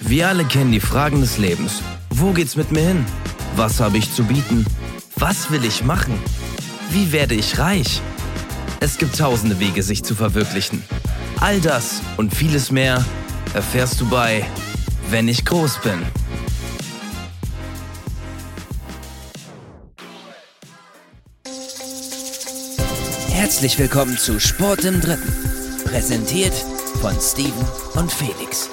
Wir alle kennen die Fragen des Lebens. Wo geht's mit mir hin? Was habe ich zu bieten? Was will ich machen? Wie werde ich reich? Es gibt tausende Wege, sich zu verwirklichen. All das und vieles mehr erfährst du bei Wenn ich groß bin. Herzlich willkommen zu Sport im Dritten. Präsentiert von Steven und Felix.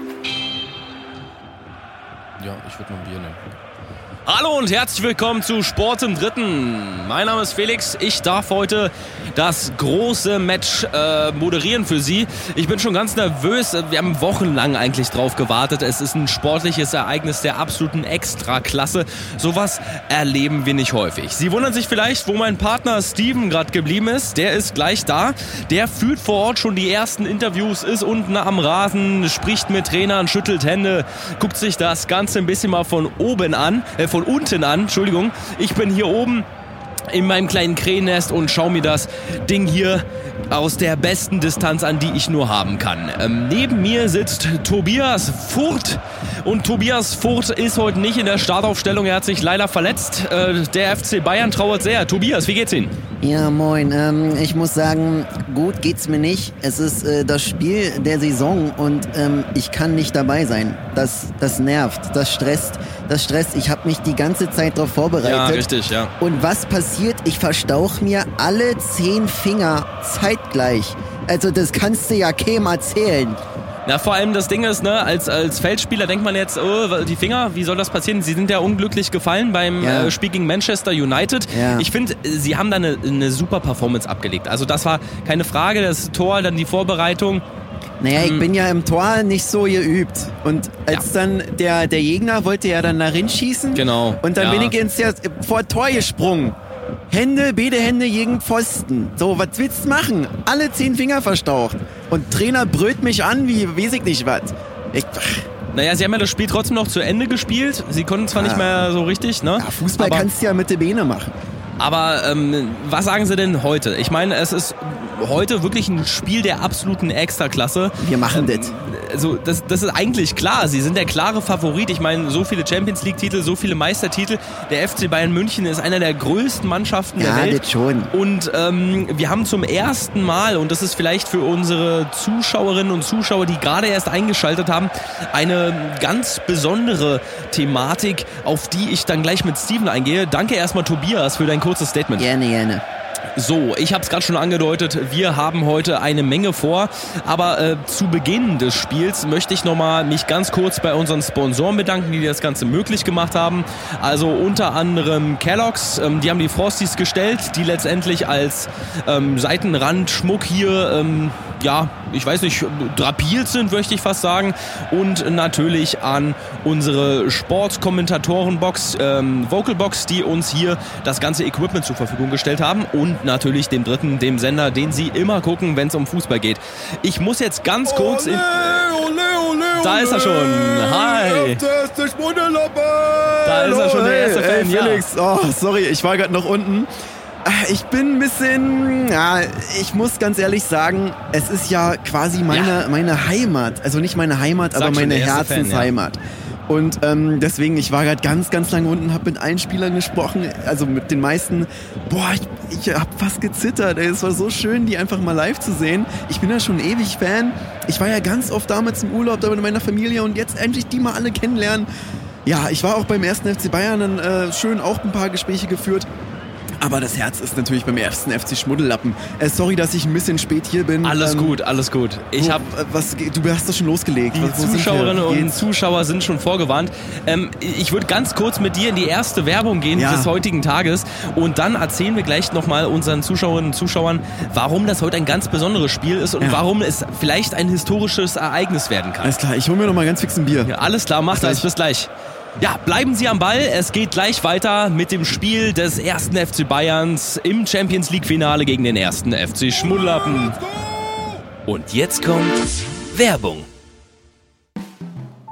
Ja, ich würde mal ein Bier nehmen. Hallo und herzlich willkommen zu Sport im Dritten. Mein Name ist Felix. Ich darf heute das große Match moderieren für Sie. Ich bin schon ganz nervös. Wir haben wochenlang eigentlich drauf gewartet. Es ist ein sportliches Ereignis der absoluten Extraklasse. Sowas erleben wir nicht häufig. Sie wundern sich vielleicht, wo mein Partner Steven gerade geblieben ist. Der ist gleich da. Der führt vor Ort schon die ersten Interviews, ist unten am Rasen, spricht mit Trainern, schüttelt Hände, guckt sich das Ganze ein bisschen mal von unten an. Entschuldigung. Ich bin hier oben in meinem kleinen Krähennest und schaue mir das Ding hier aus der besten Distanz an, die ich nur haben kann. Neben mir sitzt Tobias Furth und Tobias Furth ist heute nicht in der Startaufstellung. Er hat sich leider verletzt. Der FC Bayern trauert sehr. Tobias, wie geht's Ihnen? Ja, moin. Ich muss sagen, gut geht's mir nicht. Es ist das Spiel der Saison und ich kann nicht dabei sein. Das nervt, das stresst. Ich habe mich die ganze Zeit darauf vorbereitet. Ja, richtig, ja. Und was passiert? Ich verstauch mir alle 10 Finger zeitgleich. Also das kannst du ja keinem erzählen. Na, vor allem das Ding ist, ne, als Feldspieler denkt man jetzt, oh, die Finger, wie soll das passieren? Sie sind ja unglücklich gefallen beim Spiel gegen Manchester United. Ja. Ich finde, sie haben da eine super Performance abgelegt. Also das war keine Frage, das Tor, dann die Vorbereitung. Naja, ich bin ja im Tor nicht so geübt. Und als dann der Gegner wollte ja dann darin schießen. Genau. Und dann bin ich vor Tor gesprungen. Beide Hände gegen Pfosten. So, was willst du machen? Alle 10 Finger verstaucht. Und Trainer brüllt mich an, wie weiß ich nicht was. Naja, sie haben ja das Spiel trotzdem noch zu Ende gespielt. Sie konnten zwar nicht mehr so richtig, ne? Ja, Fußball kannst du ja mit den Beinen machen. Aber was sagen Sie denn heute? Ich meine, es ist heute wirklich ein Spiel der absoluten Extraklasse. Wir machen das. Also das ist eigentlich klar. Sie sind der klare Favorit. Ich meine, so viele Champions-League-Titel, so viele Meistertitel. Der FC Bayern München ist einer der größten Mannschaften der Welt. Ja, das schon. Und wir haben zum ersten Mal, und das ist vielleicht für unsere Zuschauerinnen und Zuschauer, die gerade erst eingeschaltet haben, eine ganz besondere Thematik, auf die ich dann gleich mit Steven eingehe. Danke erstmal, Tobias, für dein kurzes Statement. Gerne. So, ich habe es gerade schon angedeutet, wir haben heute eine Menge vor, aber zu Beginn des Spiels möchte ich nochmal mich ganz kurz bei unseren Sponsoren bedanken, die das Ganze möglich gemacht haben. Also unter anderem Kellogg's, die haben die Frosties gestellt, die letztendlich als Seitenrandschmuck hier, ich weiß nicht, drapiert sind, möchte ich fast sagen. Und natürlich an unsere Sportkommentatorenbox, Vocalbox, die uns hier das ganze Equipment zur Verfügung gestellt haben. Und natürlich dem Dritten, dem Sender, den Sie immer gucken, wenn es um Fußball geht. Ich muss jetzt ganz kurz... Da ist er schon. Hi. Da ist er schon, der erste Fan. Felix, sorry, ich war gerade noch unten. Ich bin ein bisschen, ich muss ganz ehrlich sagen, es ist ja quasi meine Heimat. Also nicht meine Heimat, aber meine Herzensheimat. Fan, Und deswegen, ich war gerade ganz, ganz lange unten, habe mit allen Spielern gesprochen, also mit den meisten. Ich habe fast gezittert, ey. Es war so schön, die einfach mal live zu sehen. Ich bin ja schon ewig Fan. Ich war ja ganz oft damals im Urlaub da mit meiner Familie und jetzt endlich die mal alle kennenlernen. Ja, ich war auch beim 1. FC Bayern, dann schön auch ein paar Gespräche geführt. Aber das Herz ist natürlich beim 1. FC Schmuddellappen. Sorry, dass ich ein bisschen spät hier bin. Alles gut. Du hast das schon losgelegt. Die Zuschauerinnen und Zuschauer sind schon vorgewarnt. Ich würde ganz kurz mit dir in die erste Werbung gehen des heutigen Tages und dann erzählen wir gleich nochmal unseren Zuschauerinnen und Zuschauern, warum das heute ein ganz besonderes Spiel ist und warum es vielleicht ein historisches Ereignis werden kann. Alles klar, ich hole mir nochmal ganz fix ein Bier. Ja, alles klar, mach das. Bis gleich. Ja, bleiben Sie am Ball. Es geht gleich weiter mit dem Spiel des 1. FC Bayerns im Champions-League-Finale gegen den 1. FC Schmuddellappen. Und jetzt kommt Werbung.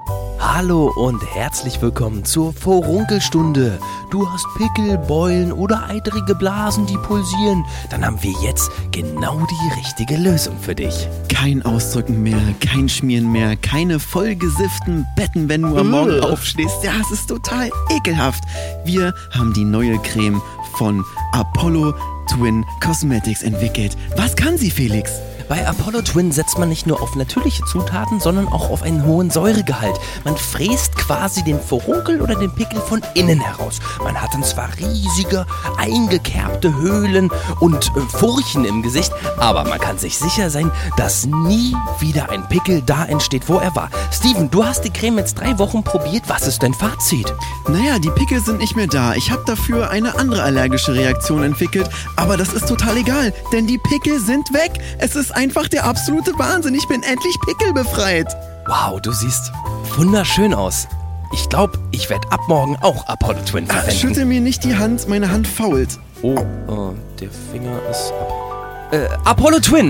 Hallo und herzlich willkommen zur Furunkel-Stunde. Du hast Pickel, Beulen oder eitrige Blasen, die pulsieren. Dann haben wir jetzt genau die richtige Lösung für dich. Kein Ausdrücken mehr, kein Schmieren mehr, keine vollgesifften Betten, wenn du am Morgen aufstehst. Ja, es ist total ekelhaft. Wir haben die neue Creme von Apollo Twin Cosmetics entwickelt. Was kann sie, Felix? Bei Apollo Twin setzt man nicht nur auf natürliche Zutaten, sondern auch auf einen hohen Säuregehalt. Man fräst quasi den Furunkel oder den Pickel von innen heraus. Man hat dann zwar riesige, eingekerbte Höhlen und Furchen im Gesicht, aber man kann sich sicher sein, dass nie wieder ein Pickel da entsteht, wo er war. Steven, du hast die Creme jetzt 3 Wochen probiert. Was ist dein Fazit? Naja, die Pickel sind nicht mehr da. Ich habe dafür eine andere allergische Reaktion entwickelt, aber das ist total egal, denn die Pickel sind weg. Es ist einfach der absolute Wahnsinn. Ich bin endlich pickelbefreit. Wow, du siehst wunderschön aus. Ich glaube, ich werde ab morgen auch Apollo Twin verwenden. Schüttel mir nicht die Hand, meine Hand fault. Oh, der Finger ist ab. Apollo Twin!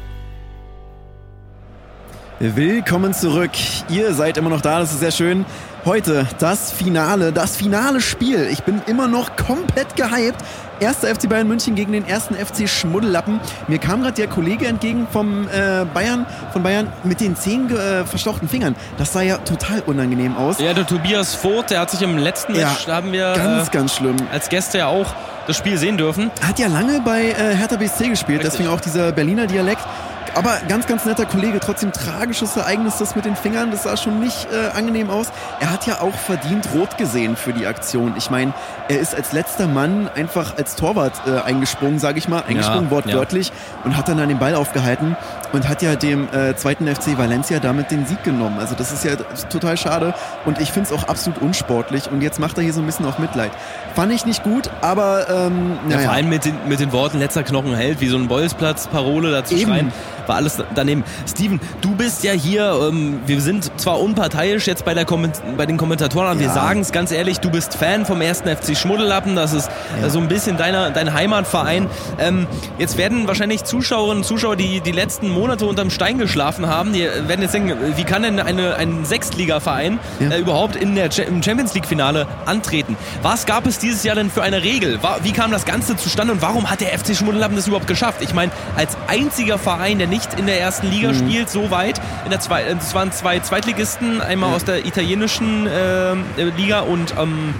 Willkommen zurück. Ihr seid immer noch da, das ist sehr schön. Heute das finale Spiel. Ich bin immer noch komplett gehypt. 1. FC Bayern München gegen den 1. FC Schmuddellappen. Mir kam gerade der Kollege entgegen von Bayern mit den 10 verstauchten Fingern. Das sah ja total unangenehm aus. Ja, der Tobias Voth, der hat sich im letzten Match, da haben wir ganz schlimm. Als Gäste ja auch das Spiel sehen dürfen. Hat ja lange bei Hertha BSC gespielt, Richtig. Deswegen auch dieser Berliner Dialekt. Aber ganz netter Kollege, trotzdem tragisches Ereignis, das mit den Fingern, das sah schon nicht angenehm aus. Er hat ja auch verdient rot gesehen für die Aktion. Ich meine, er ist als letzter Mann einfach als Torwart eingesprungen, sage ich mal, wortwörtlich, und hat dann den Ball aufgehalten und hat ja dem 2. FC Valencia damit den Sieg genommen. Also das ist ja total schade und ich finde es auch absolut unsportlich und jetzt macht er hier so ein bisschen auf Mitleid. Fand ich nicht gut, aber ja, vor allem mit den Worten letzter Knochen hält, wie so ein Bolzplatz-Parole dazu schreien. War alles daneben. Steven, du bist ja hier, wir sind zwar unparteiisch jetzt bei den Kommentatoren, aber wir sagen es ganz ehrlich, du bist Fan vom 1. FC Schmuddellappen, das ist so ein bisschen dein Heimatverein. Jetzt werden wahrscheinlich Zuschauerinnen und Zuschauer, die letzten Monate unterm Stein geschlafen haben, die werden jetzt denken, wie kann denn ein Sechstligaverein überhaupt im Champions League-Finale antreten? Was gab es dieses Jahr denn für eine Regel? Wie kam das Ganze zustande und warum hat der FC Schmuddellappen das überhaupt geschafft? Ich meine, als einziger Verein, der nicht in der ersten Liga spielt, so weit. Es waren 2 Zweitligisten, einmal aus der italienischen Liga und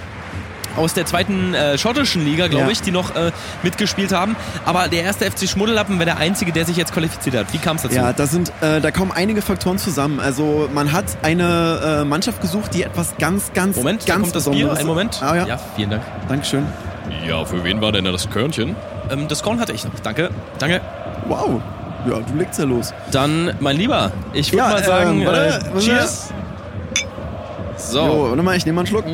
aus der 2. schottischen Liga, glaube ich, die noch mitgespielt haben. Aber der 1. FC Schmuddellappen wäre der einzige, der sich jetzt qualifiziert hat. Wie kam es dazu? Ja, da kommen einige Faktoren zusammen. Also man hat eine Mannschaft gesucht, die etwas ganz kommt das Bier. Einen Moment. Ah, ja, vielen Dank. Dankeschön. Ja, für wen war denn das Körnchen? Das Korn hatte ich noch. Danke. Wow. Ja, du legst ja los. Dann, mein Lieber, ich würde mal sagen, cheers. So. Jo, warte mal, ich nehme mal einen Schluck.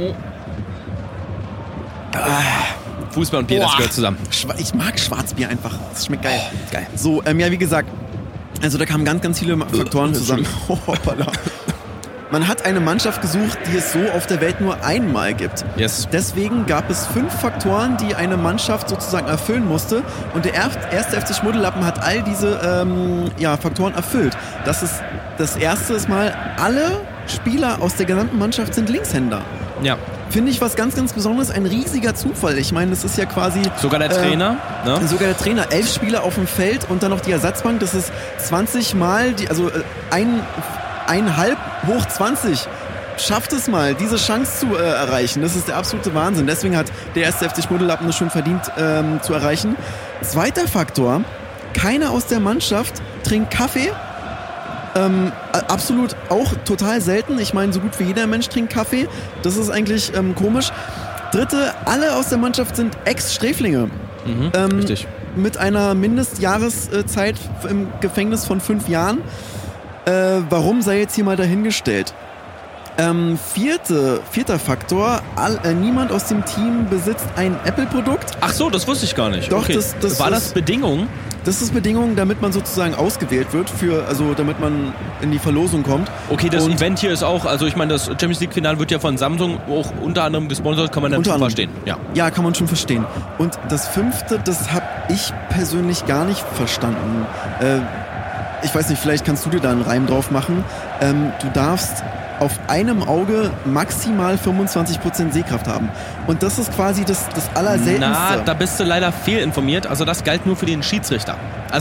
Fußball und Bier, das gehört zusammen. Ich mag Schwarzbier einfach. Das schmeckt geil. Geil. So, wie gesagt, also da kamen ganz viele Faktoren zusammen. Man hat eine Mannschaft gesucht, die es so auf der Welt nur einmal gibt. Yes. Deswegen gab es 5 Faktoren, die eine Mannschaft sozusagen erfüllen musste. Und der 1. FC Schmuddellappen hat all diese Faktoren erfüllt. Das erste ist mal, alle Spieler aus der gesamten Mannschaft sind Linkshänder. Ja. Finde ich was ganz Besonderes, ein riesiger Zufall. Ich meine, das ist ja quasi... Sogar der Trainer, ne? Sogar der Trainer. 11 Spieler auf dem Feld und dann noch die Ersatzbank. Das ist 20 Mal, eineinhalb hoch 20. Schafft es mal, diese Chance zu erreichen. Das ist der absolute Wahnsinn. Deswegen hat der 1. FC Schmuddellappen es schon verdient zu erreichen. Zweiter Faktor, keiner aus der Mannschaft trinkt Kaffee. Absolut auch total selten. Ich meine, so gut wie jeder Mensch trinkt Kaffee. Das ist eigentlich komisch. Dritte, alle aus der Mannschaft sind Ex-Sträflinge. Richtig. Mit einer Mindestjahreszeit im Gefängnis von 5 Jahren. Warum sei jetzt hier mal dahingestellt. Vierter Faktor, niemand aus dem Team besitzt ein Apple-Produkt. Ach so, das wusste ich gar nicht. Doch, okay. War das Bedingung? Das ist Bedingung, damit man sozusagen ausgewählt wird, damit man in die Verlosung kommt. Okay, das Event hier ist auch, also ich meine, das Champions League-Finale wird ja von Samsung auch unter anderem gesponsert, kann man dann schon verstehen. Ja, kann man schon verstehen. Und das 5., das habe ich persönlich gar nicht verstanden. Ich weiß nicht, vielleicht kannst du dir da einen Reim drauf machen. Du darfst auf einem Auge maximal 25% Sehkraft haben. Und das ist quasi das Allerseltenste. Na, da bist du leider fehlinformiert. Also das galt nur für den Schiedsrichter.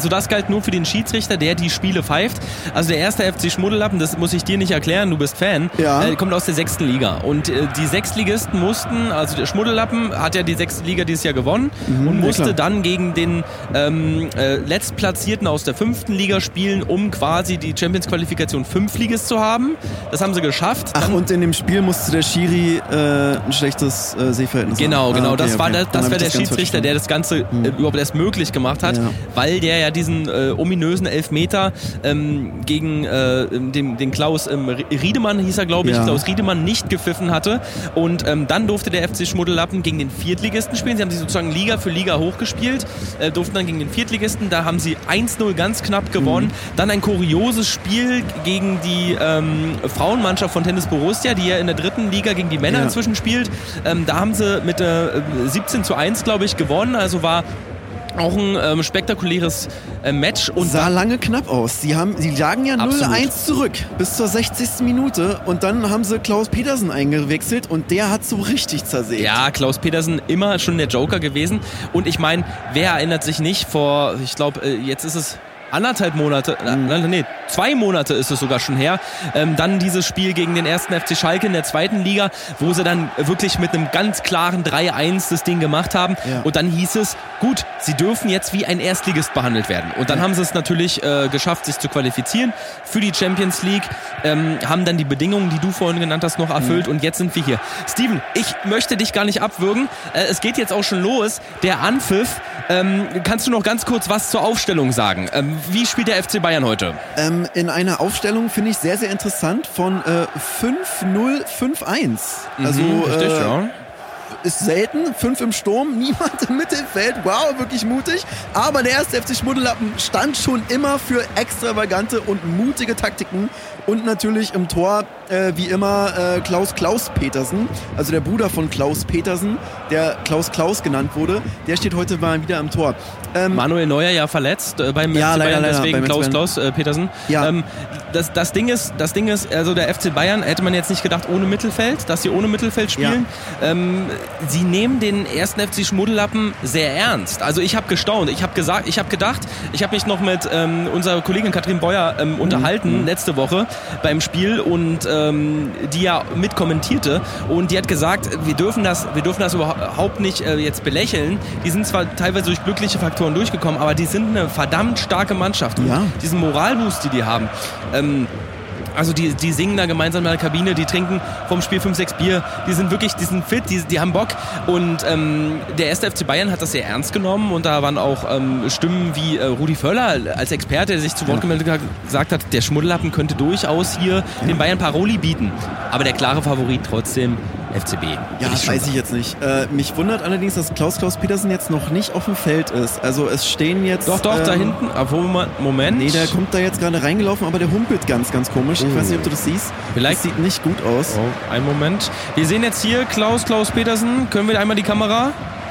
Der die Spiele pfeift. Also der erste FC Schmuddellappen, das muss ich dir nicht erklären, du bist Fan, kommt aus der 6. Liga. Und die Sechstligisten mussten, also der Schmuddellappen hat ja die 6. Liga dieses Jahr gewonnen und musste dann gegen den Letztplatzierten aus der 5. Liga spielen, um quasi die Champions-Qualifikation 5-Ligist zu haben. Das haben sie geschafft. Ach, und in dem Spiel musste der Schiri ein schlechtes Sehverhältnis haben. Genau. Das war der Schiedsrichter, der das Ganze überhaupt erst möglich gemacht hat, weil der ja diesen ominösen Elfmeter gegen den Klaus Riedemann, hieß er, glaube ich, Klaus Riedemann nicht gepfiffen hatte. Und dann durfte der FC Schmuddellappen gegen den Viertligisten spielen. Sie haben sich sozusagen Liga für Liga hochgespielt, durften dann gegen den Viertligisten, da haben sie 1-0 ganz knapp gewonnen. Dann ein kurioses Spiel gegen die Frauenmannschaft von Tennis Borussia, die ja in der 3. Liga gegen die Männer inzwischen spielt. Da haben sie mit 17:1, glaube ich, gewonnen. Also war auch ein spektakuläres Match. Und sah lange knapp aus. Sie lagen ja 0-1 zurück bis zur 60. Minute und dann haben sie Klaus Petersen eingewechselt und der hat so richtig zersägt. Ja, Klaus Petersen immer schon der Joker gewesen. Und ich meine, wer erinnert sich nicht vor, ich glaube, jetzt ist es 2 Monate ist es sogar schon her, dann dieses Spiel gegen den 1. FC Schalke in der 2. Liga, wo sie dann wirklich mit einem ganz klaren 3-1 das Ding gemacht haben. Und dann hieß es, gut, sie dürfen jetzt wie ein Erstligist behandelt werden. Und dann haben sie es natürlich geschafft, sich zu qualifizieren für die Champions League, haben dann die Bedingungen, die du vorhin genannt hast, noch erfüllt und jetzt sind wir hier. Steven, ich möchte dich gar nicht abwürgen. Es geht jetzt auch schon los. Der Anpfiff, kannst du noch ganz kurz was zur Aufstellung sagen? Wie spielt der FC Bayern heute? In einer Aufstellung finde ich sehr, sehr interessant von 5-0-5-1. Also richtig, ist selten, 5 im Sturm, niemand im Mittelfeld, wow, wirklich mutig. Aber der erste FC Schmuddellappen stand schon immer für extravagante und mutige Taktiken. Und natürlich im Tor, wie immer, Klaus Petersen, also der Bruder von Klaus Petersen, der Klaus genannt wurde, der steht heute mal wieder im Tor. Manuel Neuer ja verletzt beim FC Bayern, deswegen Klaus Petersen. Ja. Das Ding ist, also der FC Bayern, hätte man jetzt nicht gedacht, ohne Mittelfeld, dass sie ohne Mittelfeld spielen. Ja. Sie nehmen den ersten FC Schmuddellappen sehr ernst. Also ich habe gestaunt, ich habe gedacht, ich habe mich noch mit unserer Kollegin Katrin Beuer unterhalten letzte Woche beim Spiel und die ja mitkommentierte und die hat gesagt, wir dürfen das überhaupt nicht jetzt belächeln. Die sind zwar teilweise durch glückliche Faktoren durchgekommen, aber die sind eine verdammt starke Mannschaft. Und diesen Moralboost, die haben, also die singen da gemeinsam in der Kabine, die trinken vom Spiel 5-6 Bier, die sind fit, die haben Bock und der erste FC Bayern hat das sehr ernst genommen und da waren auch Stimmen wie Rudi Völler als Experte, der sich zu Wort gemeldet hat, gesagt hat, der Schmuddellappen könnte durchaus hier den Bayern Paroli bieten, aber der klare Favorit trotzdem FCB. Ja, das weiß ich jetzt nicht. Mich wundert allerdings, dass Klaus Petersen jetzt noch nicht auf dem Feld ist. Also es stehen jetzt... Doch, da hinten. Moment. Nee, der kommt da jetzt gerade reingelaufen, aber der humpelt ganz, ganz komisch. Ich weiß nicht, ob du das siehst. Vielleicht. Das sieht nicht gut aus. Oh, einen Moment. Wir sehen jetzt hier Klaus Petersen. Können wir einmal die Kamera...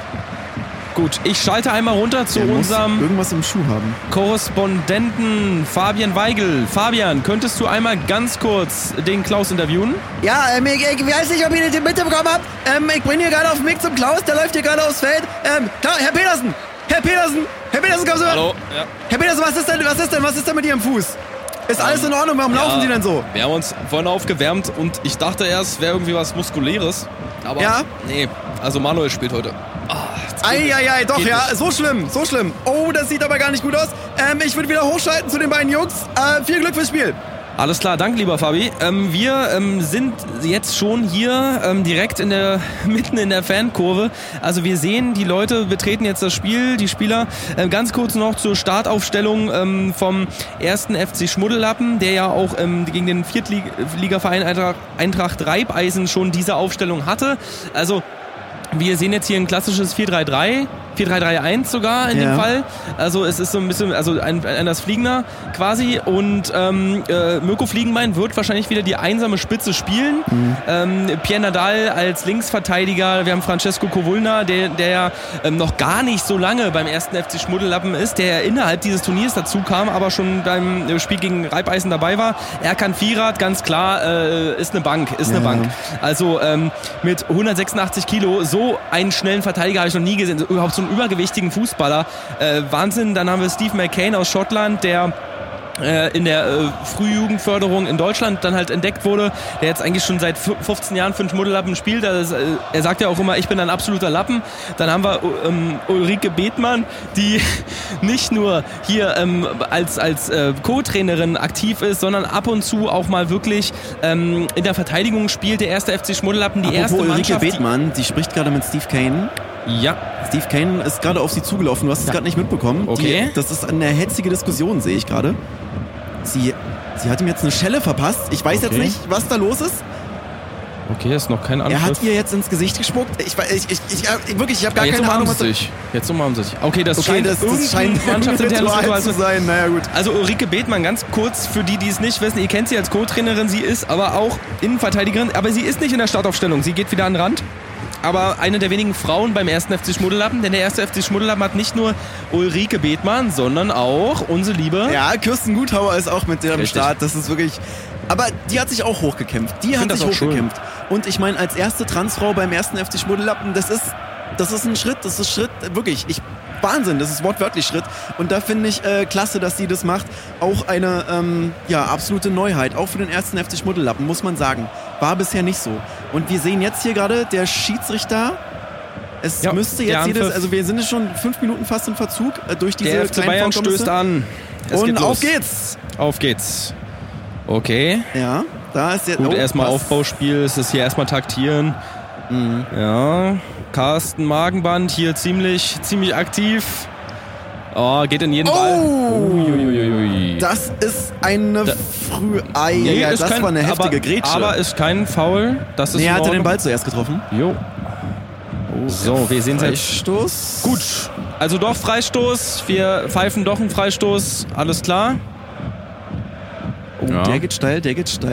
Gut, ich schalte einmal runter zu unserem irgendwas im Schuh haben. Korrespondenten Fabian Weigel. Fabian, könntest du einmal ganz kurz den Klaus interviewen? Ja, ich weiß nicht, ob ihr das mitbekommen habt. Ich bin hier gerade auf dem Weg zum Klaus, der läuft hier gerade aufs Feld. Klar, Herr Petersen, kommen Sie mal. Hallo, ja. Herr Petersen, was ist denn mit Ihrem Fuß? Ist alles in Ordnung? Warum laufen Sie denn so? Wir haben uns vorhin aufgewärmt und ich dachte erst, es wäre irgendwie was Muskuläres. Aber nee, also Manuel spielt heute. Eieiei, doch, so schlimm. Oh, das sieht aber gar nicht gut aus. Ich würde wieder hochschalten zu den beiden Jungs. Viel Glück fürs Spiel. Alles klar, danke lieber Fabi. Wir sind jetzt schon hier direkt mitten in der Fankurve. Also wir sehen, die Leute betreten jetzt das Spiel, die Spieler. Ganz kurz noch zur Startaufstellung vom ersten FC Schmuddellappen, der ja auch gegen den Viertligaverein Eintracht Reibeisen schon diese Aufstellung hatte. Also wir sehen jetzt hier ein klassisches 4-3-3. 4-3-3-1 sogar in dem Fall. Also es ist so ein bisschen, also ein das Fliegender quasi. Und Mirko Fliegenbein wird wahrscheinlich wieder die einsame Spitze spielen. Pierre Nadal als Linksverteidiger. Wir haben Francesco Covulna, der ja noch gar nicht so lange beim ersten FC Schmuddellappen ist, der innerhalb dieses Turniers dazu kam, aber schon beim Spiel gegen Reibeisen dabei war. Erkan Firat, ganz klar, ist eine Bank. Also mit 186 Kilo, so einen schnellen Verteidiger habe ich noch nie gesehen. Überhaupt so einen übergewichtigen Fußballer. Wahnsinn. Dann haben wir Steve McCain aus Schottland, der in der Frühjugendförderung in Deutschland dann halt entdeckt wurde, der jetzt eigentlich schon seit 15 Jahren für den Schmuddellappen spielt. Er sagt ja auch immer, ich bin ein absoluter Lappen. Dann haben wir Ulrike Bethmann, die nicht nur hier als Co-Trainerin aktiv ist, sondern ab und zu auch mal wirklich in der Verteidigung spielt. Der erste FC Schmuddellappen, die erste Mannschaft. Ulrike Bethmann, die spricht gerade mit Steve Kane. Ja. Steve Kane ist gerade auf sie zugelaufen. Du hast es gerade nicht mitbekommen. Okay. Das ist eine hetzige Diskussion, sehe ich gerade. Sie hat ihm jetzt eine Schelle verpasst. Ich weiß jetzt nicht, was da los ist. Okay, ist noch kein Angriff. Er hat ihr jetzt ins Gesicht gespuckt. Ich habe gar keine Ahnung, was Jetzt umarmen sie sich. Okay, das scheint Mannschaftsinternes zu sein. Naja, gut. Also Ulrike Bethmann, ganz kurz für die es nicht wissen, ihr kennt sie als Co-Trainerin, sie ist aber auch Innenverteidigerin, aber sie ist nicht in der Startaufstellung, sie geht wieder an den Rand. Aber eine der wenigen Frauen beim ersten FC Schmuddellappen, denn der erste FC Schmuddellappen hat nicht nur Ulrike Bethmann, sondern auch unsere Liebe... Ja, Kirsten Guthauer ist auch mit am Start, das ist wirklich... Aber die hat sich auch hochgekämpft. Und ich meine, als erste Transfrau beim ersten FC Schmuddellappen, das ist ein Schritt, wirklich, Wahnsinn, das ist wortwörtlich Schritt. Und da finde ich klasse, dass sie das macht. Auch eine absolute Neuheit, auch für den ersten FC Schmuddellappen, muss man sagen. War bisher nicht so. Und wir sehen jetzt hier gerade, der Schiedsrichter, müsste jetzt also wir sind jetzt schon 5 Minuten fast im Verzug durch diese der FC Bayern stößt an. Und auf geht's. Auf geht's. Okay. Ja, da ist jetzt... Gut, erstmal Aufbauspiel, es ist hier erstmal taktieren. Ja, Carsten Magenband hier ziemlich aktiv. Oh, geht in jeden Ball. Uiuiui. Das ist eine das war eine heftige Grätsche. Aber ist kein Foul. Das ist er hatte den Ball zuerst getroffen. Jo. So, wir sehen Freistoß. Gut, also doch Freistoß. Wir pfeifen doch einen Freistoß. Alles klar. Der geht steil.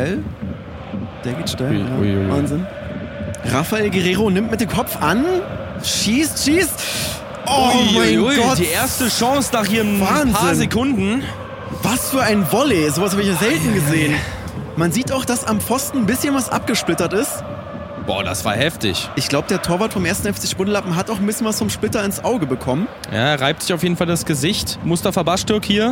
Wahnsinn. Rafael Guerrero nimmt mit dem Kopf an. Schießt. Oh mein Gott. Die erste Chance nach hier ein paar Sekunden. Was für ein Volley. Sowas habe ich ja selten gesehen. Man sieht auch, dass am Pfosten ein bisschen was abgesplittert ist. Boah, das war heftig. Ich glaube, der Torwart vom 1. FC Schmuddellappen hat auch ein bisschen was vom Splitter ins Auge bekommen. Ja, reibt sich auf jeden Fall das Gesicht. Mustafa Baştürk hier.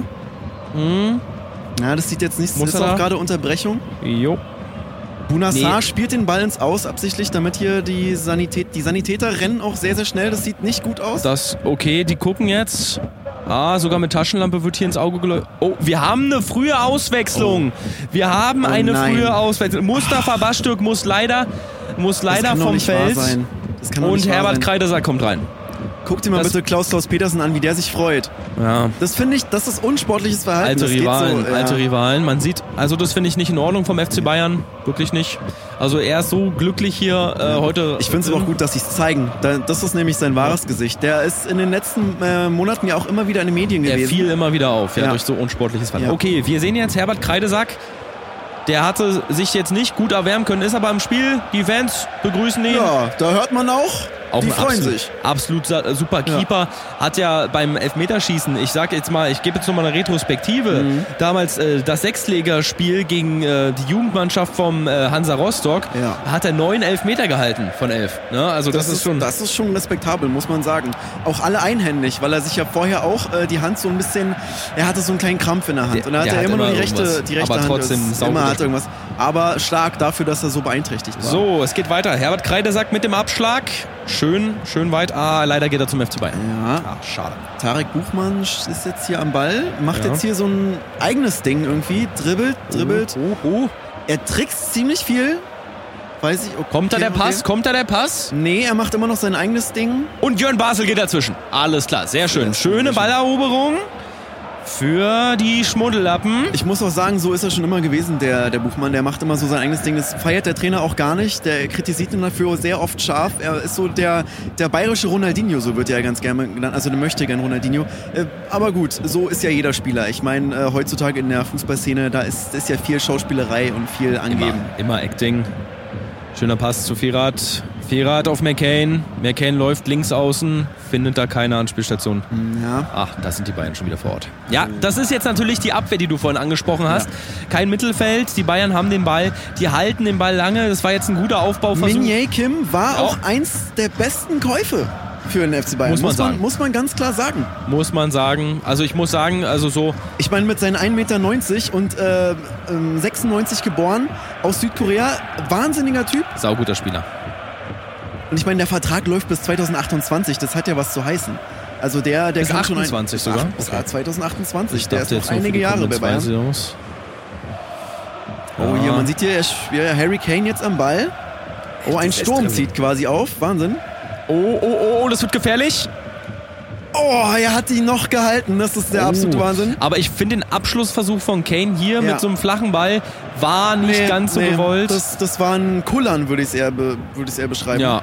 Ja, das sieht jetzt nicht... Das ist auch gerade Unterbrechung. Jo. Bunassar spielt den Ball ins Aus absichtlich, damit hier die Sanitäter rennen auch sehr, sehr schnell. Das sieht nicht gut aus. Die gucken jetzt. Sogar mit Taschenlampe wird hier ins Auge geleuchtet. Oh, wir haben eine frühe Auswechslung. Wir haben eine frühe Auswechslung. Mustafa Baştürk muss leider vom Feld. Und Herbert Kreidesack kommt rein. Guck dir mal bitte Klaus Petersen an, wie der sich freut. Ja. Das finde ich, das ist unsportliches Verhalten. Alte Rivalen. Man sieht, also das finde ich nicht in Ordnung vom FC Bayern. Wirklich nicht. Also er ist so glücklich hier heute. Ich finde es aber auch gut, dass sie es zeigen. Das ist nämlich sein wahres Gesicht. Der ist in den letzten Monaten ja auch immer wieder in den Medien gewesen. Der fiel immer wieder auf, durch so unsportliches Verhalten. Ja. Okay, wir sehen jetzt Herbert Kreidesack. Der hatte sich jetzt nicht gut erwärmen können, ist aber im Spiel. Die Fans begrüßen ihn. Ja, da hört man auch. Die freuen sich. Absolut super Keeper. Hat ja beim Elfmeterschießen, ich gebe jetzt nochmal eine Retrospektive, damals das Sechslegerspiel gegen die Jugendmannschaft vom Hansa Rostock, hat er 9 Elfmeter gehalten von 11. Ne? Also das ist schon respektabel, muss man sagen. Auch alle einhändig, weil er sich ja vorher auch die Hand so ein bisschen, er hatte so einen kleinen Krampf in der Hand. Und dann hat er immer nur die rechte aber Hand. Trotzdem immer hat irgendwas. Aber stark dafür, dass er so beeinträchtigt war. So, es geht weiter. Herbert Kreidesack mit dem Abschlag. Schön weit. Leider geht er zum FC Bayern. Ja. Schade. Tarek Buchmann ist jetzt hier am Ball, macht jetzt hier so ein eigenes Ding irgendwie. Dribbelt. Er trickst ziemlich viel. Weiß ich. Okay, Kommt da der Pass? Nee, er macht immer noch sein eigenes Ding. Und Jörn Basel geht dazwischen. Alles klar, sehr schön. Schöne Balleroberung. für die Schmuddellappen. Ich muss auch sagen, so ist er schon immer gewesen, der Buchmann. Der macht immer so sein eigenes Ding. Das feiert der Trainer auch gar nicht. Der kritisiert ihn dafür sehr oft scharf. Er ist so der bayerische Ronaldinho, so wird er ja ganz gerne genannt. Also der möchte gern Ronaldinho. Aber gut, so ist ja jeder Spieler. Ich meine, heutzutage in der Fußballszene, da ist ja viel Schauspielerei und viel Angeben. Immer Acting. Schöner Pass zu Firat. Firat auf McCain. McCain läuft links außen, findet da keine Anspielstation. Ja. Ach, da sind die Bayern schon wieder vor Ort. Ja, das ist jetzt natürlich die Abwehr, die du vorhin angesprochen hast. Ja. Kein Mittelfeld, die Bayern haben den Ball, die halten den Ball lange. Das war jetzt ein guter Aufbauversuch. Min-Jae Kim war auch eins der besten Käufe für den FC Bayern. Muss man ganz klar sagen. Muss man sagen. Also ich muss sagen, also so... Ich meine, mit seinen 1,90 Meter und 96 geboren aus Südkorea, wahnsinniger Typ. Sauguter Spieler. Und ich meine, der Vertrag läuft bis 2028, das hat ja was zu heißen. Also der bis kann 28 schon sogar? Sogar 2028, ich der ist noch einige Jahre bei Bayern. Oh, hier, man sieht hier Harry Kane jetzt am Ball. Oh, ein Sturm zieht quasi auf, Wahnsinn. Oh, das wird gefährlich. Oh, er hat ihn noch gehalten, das ist der absolute Wahnsinn. Aber ich finde den Abschlussversuch von Kane hier mit so einem flachen Ball war nicht ganz so gewollt. Das war ein Kullern, würde ich es eher beschreiben. Ja.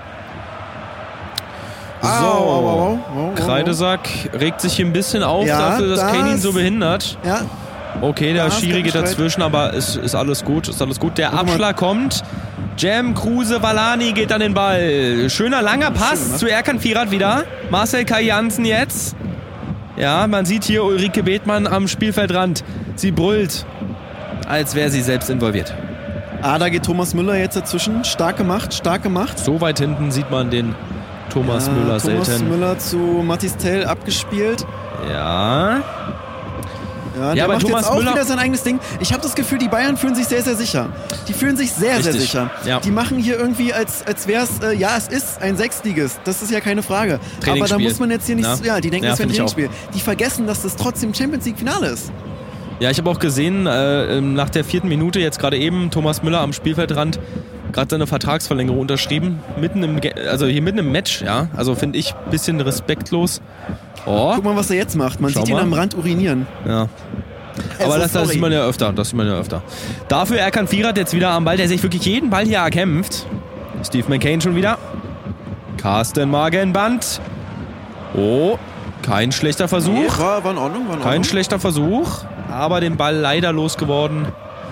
So, Kreidesack regt sich hier ein bisschen auf dafür, dass Kane ihn so behindert. Ja. Okay, der Schiri geht dazwischen, aber ist alles gut. Der Abschlag kommt. Cem Kruse Valani geht an den Ball. Schöner langer Pass zu Erkan Firat wieder. Marcel Kai-Jansen jetzt. Ja, man sieht hier Ulrike Bethmann am Spielfeldrand. Sie brüllt, als wäre sie selbst involviert. Da geht Thomas Müller jetzt dazwischen. Stark gemacht. So weit hinten sieht man den Thomas Müller selten. Thomas Müller zu Mathis Tell abgespielt. Ja. Ja, der macht Thomas jetzt auch wieder sein eigenes Ding. Ich habe das Gefühl, die Bayern fühlen sich sehr, sehr sicher. Die fühlen sich sehr, sehr sicher. Ja. Die machen hier irgendwie, als wäre es, es ist ein Sechsligist. Das ist ja keine Frage. Aber da muss man jetzt hier nicht, die denken, das wäre ein Trainingsspiel. Die vergessen, dass das trotzdem Champions-League-Finale ist. Ja, ich habe auch gesehen, nach der 4. Minute, jetzt gerade eben, Thomas Müller am Spielfeldrand, gerade seine Vertragsverlängerung unterschrieben. Mitten im Match, ja. Also finde ich ein bisschen respektlos. Oh. Guck mal, was er jetzt macht. Man sieht ihn am Rand urinieren. Ja. Aber das sieht man ja öfter. Dafür Erkan Firat jetzt wieder am Ball, der sich wirklich jeden Ball hier erkämpft. Steve McCain schon wieder. Carsten Magenband. Oh, kein schlechter Versuch. Ja, war in Ordnung. Kein schlechter Versuch, aber den Ball leider losgeworden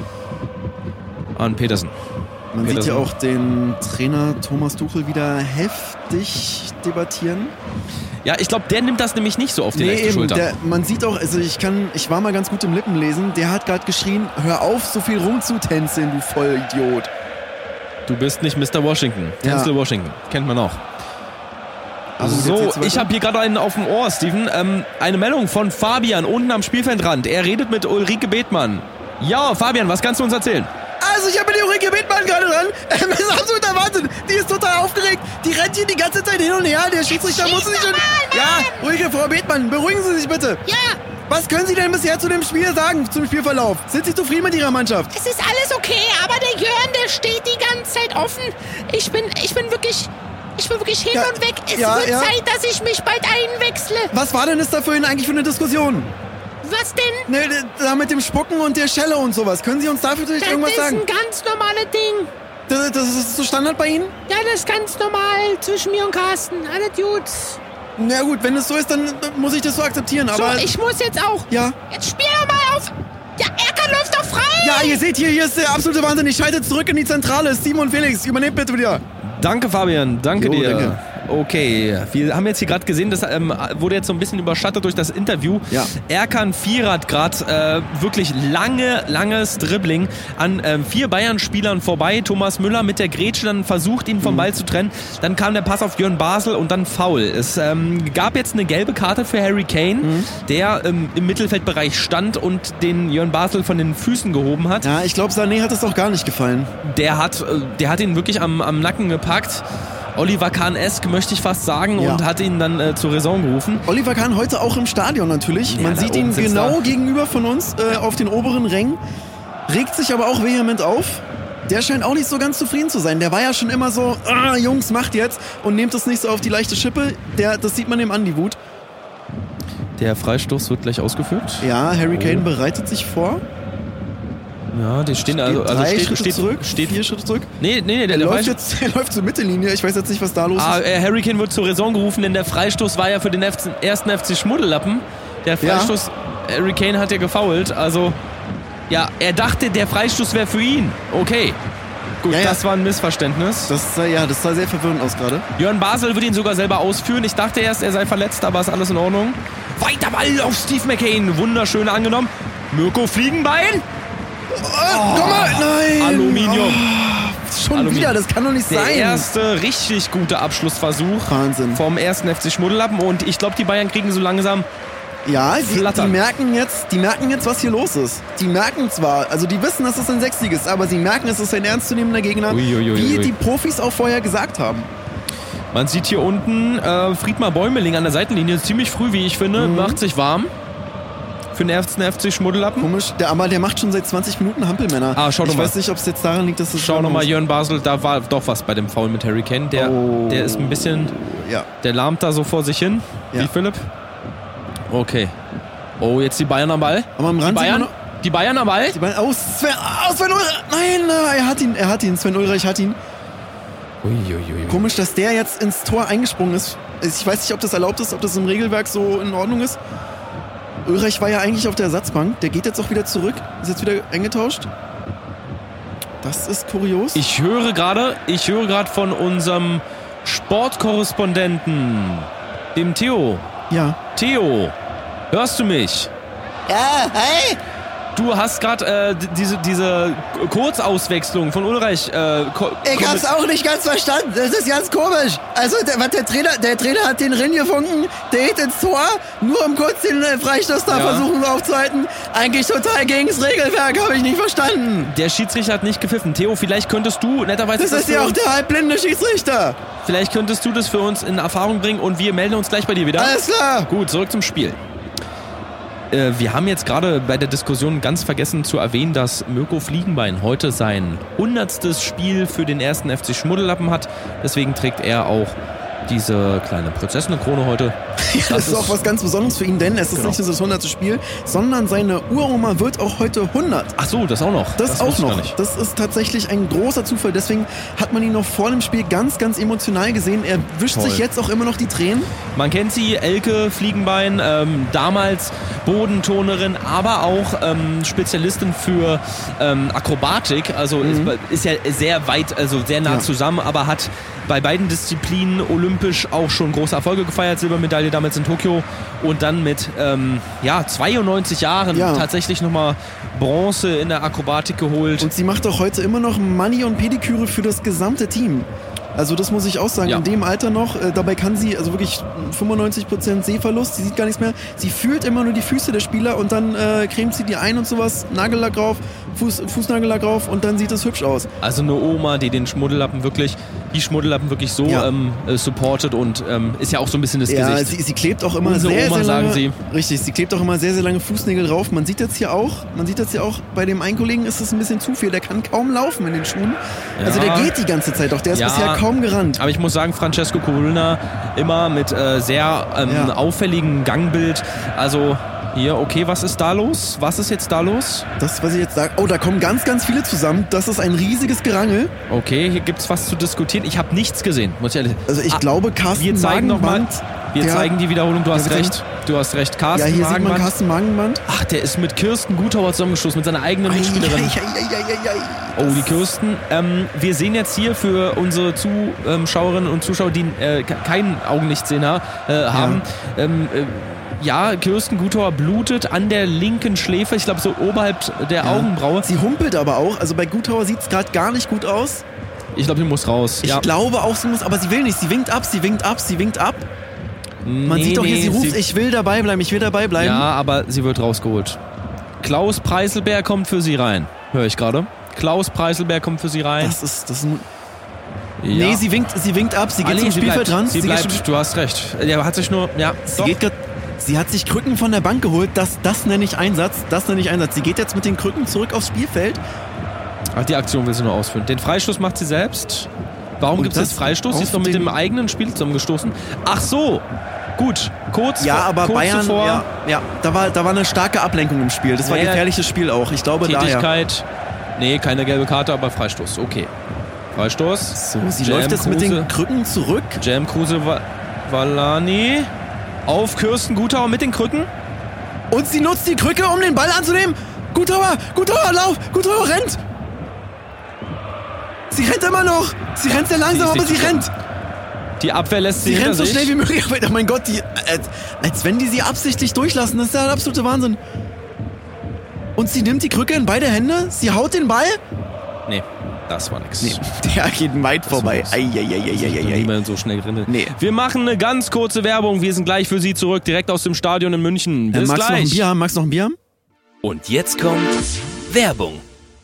an Petersen. Man sieht ja auch den Trainer Thomas Tuchel wieder heftig debattieren. Ja, ich glaube, der nimmt das nämlich nicht so auf die rechte Schulter. Man sieht auch, also ich war mal ganz gut im Lippenlesen, der hat gerade geschrien, hör auf, so viel rumzutänzeln, du Vollidiot. Du bist nicht Mr. Washington. Denzel Washington, kennt man auch. So, ich habe hier gerade einen auf dem Ohr, Steven. Eine Meldung von Fabian unten am Spielfeldrand. Er redet mit Ulrike Bethmann. Ja, Fabian, was kannst du uns erzählen? Also ich habe mit der Ulrike Bethmann gerade dran. Das ist absoluter Wahnsinn. Die ist total aufgeregt. Die rennt hier die ganze Zeit hin und her. Der Schiedsrichter muss sich schon... Ja, Ulrike, Frau Bethmann, beruhigen Sie sich bitte. Ja. Was können Sie denn bisher zu dem Spiel sagen, zum Spielverlauf? Sind Sie zufrieden mit Ihrer Mannschaft? Es ist alles okay, aber der Jörn, der steht die ganze Zeit offen. Ich bin wirklich hin und weg. Es wird Zeit, dass ich mich bald einwechsle. Was war denn das da vorhin eigentlich für eine Diskussion? Was denn? Ne, da mit dem Spucken und der Schelle und sowas. Können Sie uns dafür vielleicht irgendwas sagen? Das ist ein ganz normales Ding. Das ist so Standard bei Ihnen? Ja, das ist ganz normal zwischen mir und Carsten. Alles gut. Na gut, wenn es so ist, dann muss ich das so akzeptieren. Aber so, ich muss jetzt auch. Ja. Jetzt spiel doch mal auf. Ja, Erkan läuft doch frei. Ja, ihr seht hier ist der absolute Wahnsinn. Ich schalte zurück in die Zentrale. Simon Felix, übernehmt bitte wieder. Danke, Fabian. Danke dir. Danke. Okay, wir haben jetzt hier gerade gesehen, das wurde jetzt so ein bisschen überschattet durch das Interview. Ja. Erkan Firat gerade wirklich langes Dribbling an 4 Bayern-Spielern vorbei. Thomas Müller mit der Grätsche dann versucht, ihn vom Ball zu trennen. Dann kam der Pass auf Jörn Basel und dann Foul. Es gab jetzt eine gelbe Karte für Harry Kane, der im Mittelfeldbereich stand und den Jörn Basel von den Füßen gehoben hat. Ja, ich glaube, Sané hat es auch gar nicht gefallen. Der hat ihn wirklich am Nacken gepackt. Oliver Kahn-esk, möchte ich fast sagen, und hat ihn dann zur Raison gerufen. Oliver Kahn heute auch im Stadion natürlich. Man sieht ihn genau gegenüber von uns auf den oberen Rängen. Regt sich aber auch vehement auf. Der scheint auch nicht so ganz zufrieden zu sein. Der war ja schon immer so, Jungs, macht jetzt, und nehmt das nicht so auf die leichte Schippe. Das sieht man ihm an, die Wut. Der Freistoß wird gleich ausgeführt. Ja, Harry Kane bereitet sich vor. Ja, die stehen also steht 4 Schritte zurück. Nee, der läuft zur Mittellinie. Ich weiß jetzt nicht, was da los ist. Harry Kane wird zur Raison gerufen, denn der Freistoß war ja für den ersten FC Schmuddellappen. Der Freistoß, Harry Kane hat ja gefoult, also ja, er dachte, der Freistoß wäre für ihn. Okay. Gut, das war ein Missverständnis. Das sah sehr verwirrend aus gerade. Jörn Basel wird ihn sogar selber ausführen. Ich dachte erst, er sei verletzt, aber ist alles in Ordnung. Weiter Ball auf Steve McCain. Wunderschön angenommen. Mirko Fliegenbein. Komm mal, nein. Aluminium. Wieder, das kann doch nicht sein. Der erste richtig gute Abschlussversuch. Wahnsinn. Vom ersten FC Schmuddellappen. Und ich glaube, die Bayern kriegen so langsam... Ja, die merken jetzt, was hier los ist. Die merken zwar, also die wissen, dass es ein Sechssieg ist, aber sie merken, es ist ein ernstzunehmender Gegner, wie die Profis auch vorher gesagt haben. Man sieht hier unten Friedmar Bäumeling an der Seitenlinie, ziemlich früh, wie ich finde, macht sich warm für den ersten FC Schmuddellappen. Komisch, aber der macht schon seit 20 Minuten Hampelmänner. Schau doch mal. Ich weiß nicht, ob es jetzt daran liegt, dass es... Schau nochmal, Jörn Basel, da war doch was bei dem Foul mit Harry Kane. Der ist ein bisschen... Ja. Der lahmt da so vor sich hin, wie Philipp. Okay. Oh, jetzt die Bayern am Ball. Aber am Rand die Bayern am Ball. Sven Ulreich. Nein, er hat ihn. Sven Ulreich hat ihn. Uiuiui. Komisch, dass der jetzt ins Tor eingesprungen ist. Ich weiß nicht, ob das erlaubt ist, ob das im Regelwerk so in Ordnung ist. Ulreich war ja eigentlich auf der Ersatzbank. Der geht jetzt auch wieder zurück. Ist jetzt wieder eingetauscht. Das ist kurios. Ich höre gerade von unserem Sportkorrespondenten, dem Theo. Ja. Theo, hörst du mich? Ja, hey! Du hast gerade diese Kurzauswechslung von Ulreich. Ich hab's auch nicht ganz verstanden. Das ist ganz komisch. Also der Trainer hat den reingefunken, der geht ins Tor, nur um kurz den Freistoß da versuchen aufzuhalten. Eigentlich total gegen das Regelwerk, habe ich nicht verstanden. Der Schiedsrichter hat nicht gepfiffen. Theo, vielleicht könntest du netterweise... Das ist ja auch der halbblinde Schiedsrichter. Vielleicht könntest du das für uns in Erfahrung bringen und wir melden uns gleich bei dir wieder. Alles klar. Gut, zurück zum Spiel. Wir haben jetzt gerade bei der Diskussion ganz vergessen zu erwähnen, dass Mirko Fliegenbein heute sein 100. Spiel für den ersten FC Schmuddellappen hat. Deswegen trägt er auch diese kleine Prinzessinnenkrone heute. Das ist auch was ganz Besonderes für ihn, denn es ist nicht nur das 100. Spiel, sondern seine Uroma wird auch heute 100. Ach so, das auch noch. Das auch noch. Das ist tatsächlich ein großer Zufall. Deswegen hat man ihn noch vor dem Spiel ganz, ganz emotional gesehen. Er wischt sich jetzt auch immer noch die Tränen. Man kennt sie, Elke Fliegenbein, damals Bodenturnerin, aber auch Spezialistin für Akrobatik. Also ist ja sehr weit, also sehr nah zusammen, aber hat bei beiden Disziplinen olympisch auch schon große Erfolge gefeiert. Silbermedaille damals in Tokio und dann mit 92 Jahren tatsächlich nochmal Bronze in der Akrobatik geholt. Und sie macht auch heute immer noch Mani und Pediküre für das gesamte Team. Also das muss ich auch sagen, in dem Alter noch, dabei kann sie, also wirklich 95% Sehverlust, sie sieht gar nichts mehr. Sie fühlt immer nur die Füße der Spieler und dann cremt sie die ein und sowas, Nagellack drauf, Fußnagellack drauf und dann sieht es hübsch aus. Also eine Oma, die den Schmuddellappen wirklich so supportet und ist ja auch so ein bisschen das Gesicht. Sie klebt auch immer sehr lange, sagen sie. Richtig, sie klebt auch immer sehr, sehr lange Fußnägel drauf. Man sieht jetzt hier auch, bei dem einen Kollegen ist es ein bisschen zu viel, der kann kaum laufen in den Schuhen. Ja. Also der geht die ganze Zeit auch, der ist bisher kaum gerannt. Aber ich muss sagen, Francesco Corulna immer mit sehr auffälligem Gangbild. Also hier, okay, was ist da los? Was ist jetzt da los? Das, was ich jetzt sage. Oh, da kommen ganz, ganz viele zusammen. Das ist ein riesiges Gerangel. Okay, hier gibt's was zu diskutieren. Ich habe nichts gesehen, muss ich ehrlich sagen. Also ich glaube, Carsten Magenband... Wir zeigen die Wiederholung, du hast recht. Du hast recht. Carsten Magenband. Sieht man Carsten Magenband. Ach, der ist mit Kirsten Guthauer zusammengestoßen, mit seiner eigenen Mitspielerin. Oh, die Kirsten. Wir sehen jetzt hier für unsere Zuschauerinnen und Zuschauer, die kein Augenlichtsehner haben, Kirsten Guthauer blutet an der linken Schläfe, ich glaube so oberhalb der Augenbraue. Sie humpelt aber auch, also bei Guthauer sieht es gerade gar nicht gut aus. Ich glaube, sie muss raus. Ich glaube auch, sie muss, aber sie will nicht. Sie winkt ab. Man sieht doch hier, sie ruft, ich will dabei bleiben. Ja, aber sie wird rausgeholt. Klaus Preiselberg kommt für sie rein. Höre ich gerade. Klaus Preiselberg kommt für sie rein. Das ist Nee, sie winkt ab. Sie geht zum Spielfeld ran. Sie bleibt, du hast recht. Er hat sich nur... Ja, sie hat sich Krücken von der Bank geholt. Das nenne ich Einsatz. Sie geht jetzt mit den Krücken zurück aufs Spielfeld. Ach, die Aktion will sie nur ausführen. Den Freistoß macht sie selbst. Warum gibt es jetzt Freistoß? Sie ist doch mit dem eigenen Spiel zusammengestoßen. Ach so. Gut, kurz aber kurz Bayern, zuvor. Da war eine starke Ablenkung im Spiel. Das war ein gefährliches Spiel auch. Ich glaube, Tätigkeit. Nee, keine gelbe Karte, aber Freistoß. Okay. Freistoß. So, sie läuft jetzt mit den Krücken zurück. Jam Kruse Valani auf Kirsten Gutauer mit den Krücken. Und sie nutzt die Krücke, um den Ball anzunehmen. Gutauer, Lauf. Gutauer rennt. Sie rennt immer noch. Sie rennt sehr langsam, aber sie rennt. Die Abwehr lässt sie rennt so schnell wie möglich. Oh mein Gott, als wenn die sie absichtlich durchlassen. Das ist ja der absolute Wahnsinn. Und sie nimmt die Krücke in beide Hände. Sie haut den Ball. Nee, das war nix. Nee, der geht weit vorbei. Niemand so schnell drin. Nee. Wir machen eine ganz kurze Werbung. Wir sind gleich für Sie zurück, direkt aus dem Stadion in München. Bis gleich. Magst du noch ein Bier haben? Und jetzt kommt Werbung.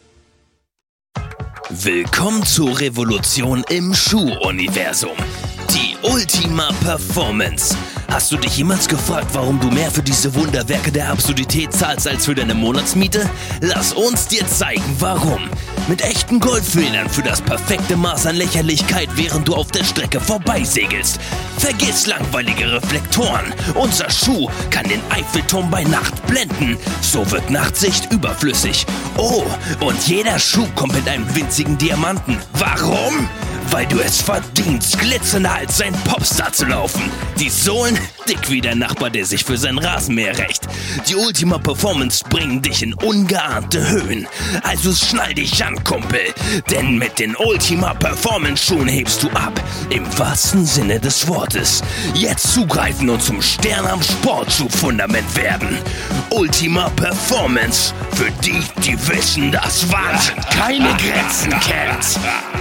Willkommen zur Revolution im Schuhuniversum. Die Ultima Performance. Hast du dich jemals gefragt, warum du mehr für diese Wunderwerke der Absurdität zahlst als für deine Monatsmiete? Lass uns dir zeigen, warum. Mit echten Goldfedern für das perfekte Maß an Lächerlichkeit, während du auf der Strecke vorbeisegelst. Vergiss langweilige Reflektoren. Unser Schuh kann den Eiffelturm bei Nacht blenden. So wird Nachtsicht überflüssig. Oh, und jeder Schuh kommt mit einem winzigen Diamanten. Warum? Weil du es verdienst, glitzernder als ein Popstar zu laufen. Die Sohlen dick wie der Nachbar, der sich für sein Rasenmäher rächt. Die Ultima Performance bringen dich in ungeahnte Höhen. Also schnall dich an, Kumpel. Denn mit den Ultima Performance Schuhen hebst du ab. Im wahrsten Sinne des Wortes. Jetzt zugreifen und zum Stern am Sportschuhfundament werden. Ultima Performance. Für die wissen, dass Wahnsinn keine Grenzen kennt.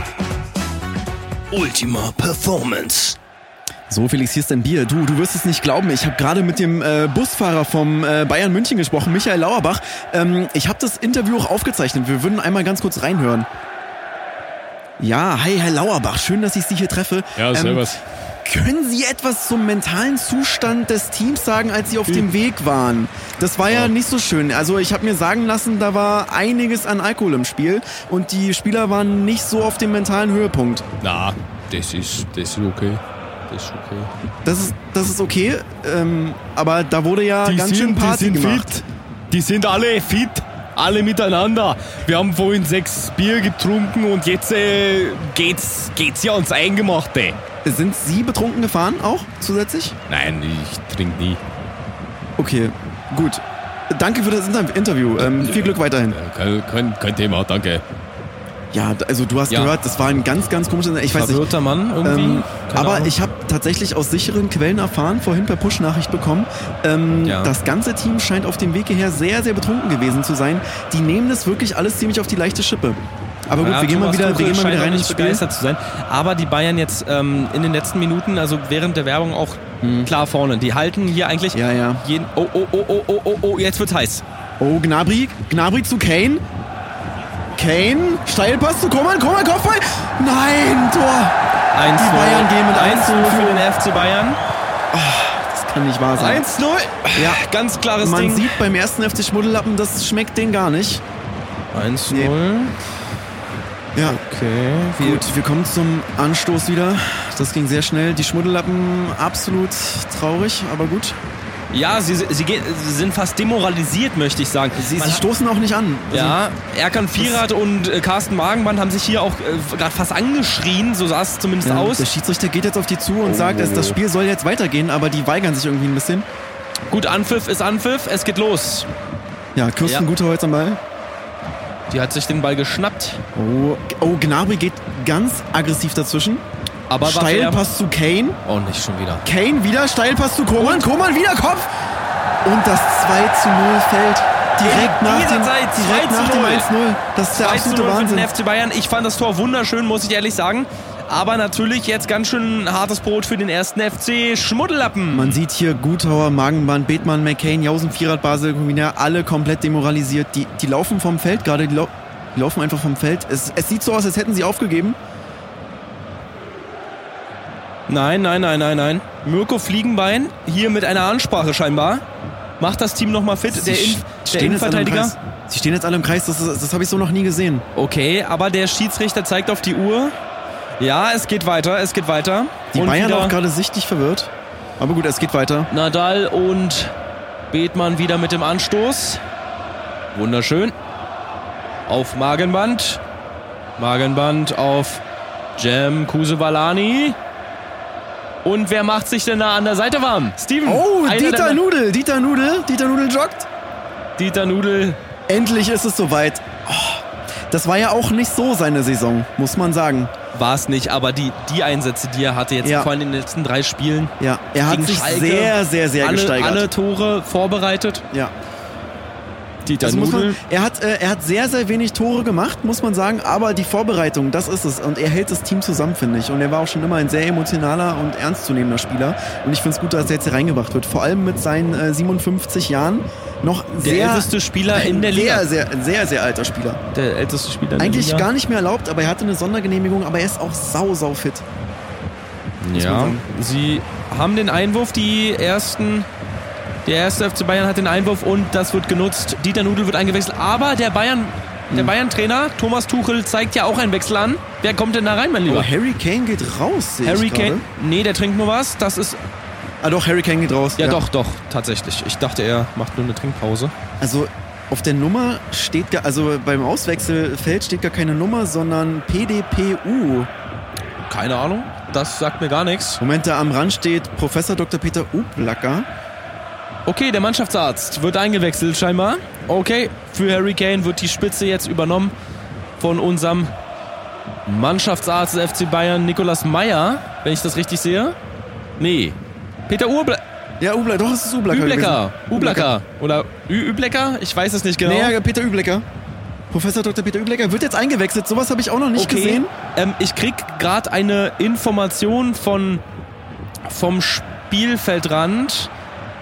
Ultima Performance. So, Felix, hier ist dein Bier. Du wirst es nicht glauben. Ich habe gerade mit dem Busfahrer vom Bayern München gesprochen, Michael Lauerbach. Ich habe das Interview auch aufgezeichnet. Wir würden einmal ganz kurz reinhören. Ja, hi, Herr Lauerbach. Schön, dass ich Sie hier treffe. Ja, servus. Können Sie etwas zum mentalen Zustand des Teams sagen, als Sie auf dem Weg waren? Das war ja nicht so schön. Also ich habe mir sagen lassen, da war einiges an Alkohol im Spiel und die Spieler waren nicht so auf dem mentalen Höhepunkt. Na, das ist okay. Das ist okay, aber da wurde ja ganz schön Party gemacht. Fit. Die sind alle fit, alle miteinander. Wir haben vorhin 6 Bier getrunken und jetzt geht's ja ans Eingemachte. Sind Sie betrunken gefahren auch zusätzlich? Nein, ich trinke nie. Okay, gut. Danke für das Interview. Viel Glück weiterhin. Kein Thema, danke. Ja, also du hast gehört, das war ein ganz, ganz komischer... Ich weiß nicht. Mann irgendwie. Aber ich habe tatsächlich aus sicheren Quellen erfahren, vorhin per Push-Nachricht bekommen, das ganze Team scheint auf dem Weg hierher sehr, sehr betrunken gewesen zu sein. Die nehmen das wirklich alles ziemlich auf die leichte Schippe. Aber gut, wir gehen mal wieder rein ins Spiel. Begeistert zu sein. Aber die Bayern jetzt in den letzten Minuten, also während der Werbung auch klar vorne. Die halten hier eigentlich jeden... Oh, jetzt wird's heiß. Oh, Gnabry zu Kane. Kane, Steilpass zu Coman, Kopfball. Nein, Tor. 1-0. Die Bayern gehen mit 1-0 für den FC Bayern. Das kann nicht wahr sein. 1-0. Ja, ganz klares Ding. Man sieht beim ersten FC Schmuddellappen, das schmeckt denen gar nicht. 1-0. Nee. Ja, okay. Gut, wir kommen zum Anstoß wieder. Das ging sehr schnell. Die Schmuddellappen absolut traurig, aber gut. Ja, sie sind fast demoralisiert, möchte ich sagen. Sie stoßen auch nicht an. Also, ja, Erkan Firat und Carsten Magenband haben sich hier auch gerade fast angeschrien, so sah es zumindest aus. Der Schiedsrichter geht jetzt auf die zu und sagt, das Spiel soll jetzt weitergehen, aber die weigern sich irgendwie ein bisschen. Gut, Anpfiff ist Anpfiff, es geht los. Ja, Kirsten Gutauer jetzt am Ball. Die hat sich den Ball geschnappt. Oh, Gnabry geht ganz aggressiv dazwischen. Aber Steilpass zu Kane. Oh, nicht schon wieder. Kane wieder, Steilpass zu Coman. Coman wieder Kopf. Und das 2-0 fällt direkt nach dem 1-0. Das ist der absolute Wahnsinn. Für den FC Bayern. Ich fand das Tor wunderschön, muss ich ehrlich sagen. Aber natürlich jetzt ganz schön hartes Brot für den ersten FC Schmuddellappen. Man sieht hier Gutauer, Magenband, Bethmann, McCain, Jausen, Firat, Basel, alle komplett demoralisiert. Die laufen vom Feld gerade. Die laufen einfach vom Feld. Es sieht so aus, als hätten sie aufgegeben. Nein. Mirko Fliegenbein, hier mit einer Ansprache scheinbar. Macht das Team nochmal fit. Der Innenverteidiger. Sie stehen jetzt alle im Kreis, das habe ich so noch nie gesehen. Okay, aber der Schiedsrichter zeigt auf die Uhr. Ja, es geht weiter. Die Bayern auch gerade sichtlich verwirrt. Aber gut, es geht weiter. Nadal und Bethmann wieder mit dem Anstoß. Wunderschön. Auf Magenband. Magenband auf Cem Kusevalani. Und wer macht sich denn da an der Seite warm? Steven. Oh, Dieter Nudel joggt. Dieter Nudel. Endlich ist es soweit. Oh, das war ja auch nicht so seine Saison, muss man sagen. War es nicht, aber die Einsätze, die er hatte jetzt vor allem in den letzten 3 Spielen. Ja, er hat sich Schalke sehr, sehr, sehr gesteigert. Alle Tore vorbereitet. Ja. Dieter Nudel. Er hat sehr, sehr wenig Tore gemacht, muss man sagen, aber die Vorbereitung, das ist es. Und er hält das Team zusammen, finde ich. Und er war auch schon immer ein sehr emotionaler und ernstzunehmender Spieler. Und ich finde es gut, dass er jetzt hier reingebracht wird. Vor allem mit seinen 57 Jahren noch der älteste Spieler in der Liga. Sehr, sehr alter Spieler. Der älteste Spieler in der Liga. Eigentlich gar nicht mehr erlaubt, aber er hatte eine Sondergenehmigung, aber er ist auch sau fit. Ja, sie haben den Einwurf, der erste FC Bayern hat den Einwurf und das wird genutzt. Dieter Nudel wird eingewechselt, aber der Bayern-Trainer Thomas Tuchel zeigt ja auch einen Wechsel an. Wer kommt denn da rein, mein Lieber? Oh, Harry Kane geht raus, Harry Kane? Nee, der trinkt nur was. Das ist... Ah doch, Harry Kane geht raus. Ja, doch, tatsächlich. Ich dachte, er macht nur eine Trinkpause. Also auf der Nummer steht beim Auswechselfeld steht gar keine Nummer, sondern PDPU. Keine Ahnung, das sagt mir gar nichts. Moment, da am Rand steht Professor Dr. Peter Ublacker. Okay, der Mannschaftsarzt wird eingewechselt scheinbar. Okay, für Harry Kane wird die Spitze jetzt übernommen von unserem Mannschaftsarzt des FC Bayern, Nikolaus Meyer, wenn ich das richtig sehe. Nee, Peter Ublacker. Ja, doch, es ist Ublacker. Ublacker. Oder Üblecker? Ich weiß es nicht genau. Nee, Peter Üblecker. Professor Dr. Peter Üblecker wird jetzt eingewechselt. Sowas habe ich auch noch nicht gesehen. Ich krieg gerade eine Information vom Spielfeldrand.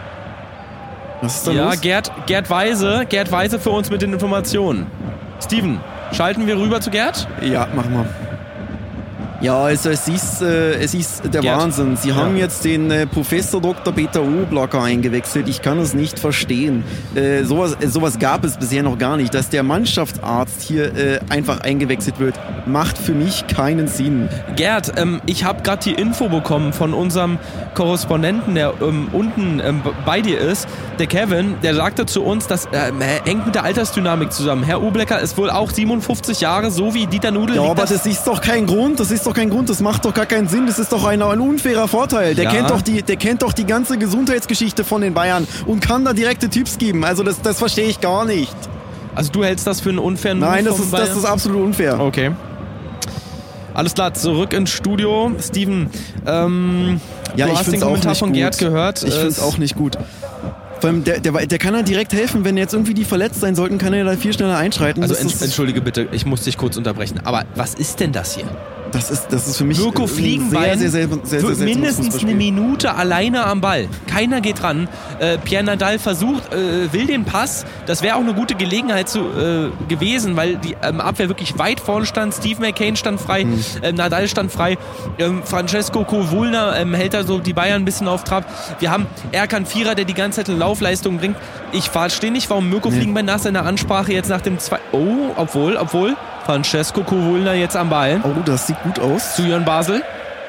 Was ist da los? Ja, Gerd Weise für uns mit den Informationen. Steven, schalten wir rüber zu Gerd? Ja, machen wir. Ja, also es ist der Gerd. Wahnsinn. Sie haben jetzt den Professor Dr. Peter Ublacker eingewechselt. Ich kann es nicht verstehen. Sowas gab es bisher noch gar nicht. Dass der Mannschaftsarzt hier einfach eingewechselt wird, macht für mich keinen Sinn. Gerd, ich habe gerade die Info bekommen von unserem Korrespondenten, der unten bei dir ist, der Kevin, der sagte zu uns, das hängt mit der Altersdynamik zusammen. Herr Ublacker ist wohl auch 57 Jahre, so wie Dieter Nudel. Ja, aber das ist doch kein Grund. Das macht doch gar keinen Sinn. Das ist doch ein unfairer Vorteil. Der kennt doch die ganze Gesundheitsgeschichte von den Bayern und kann da direkte Tipps geben. Also das verstehe ich gar nicht. Also du hältst das für einen unfairen Move? Nein, das ist absolut unfair. Okay. Alles klar, zurück ins Studio. Steven, du hast den Kommentar von Gerd gehört. Ich finde es auch nicht gut. Vor allem, der kann ja direkt helfen, wenn jetzt irgendwie die verletzt sein sollten, kann er da viel schneller einschreiten. Also entschuldige bitte, ich muss dich kurz unterbrechen. Aber was ist denn das hier? Das ist für mich Mirko Fliegenbein sehr mindestens eine Minute alleine am Ball. Keiner geht ran. Pierre Nadal will den Pass. Das wäre auch eine gute Gelegenheit gewesen, weil die Abwehr wirklich weit vorne stand. Steve McCain stand frei, Nadal stand frei. Francesco Covulna hält da so die Bayern ein bisschen auf Trab. Wir haben Erkan Vierer, der die ganze Zeit eine Laufleistung bringt. Ich verstehe nicht, warum Mirko Fliegenbein nach seiner Ansprache jetzt nach dem obwohl Francesco Covulna jetzt am Ball. Oh, das sieht gut aus. Zu Jörn Basel.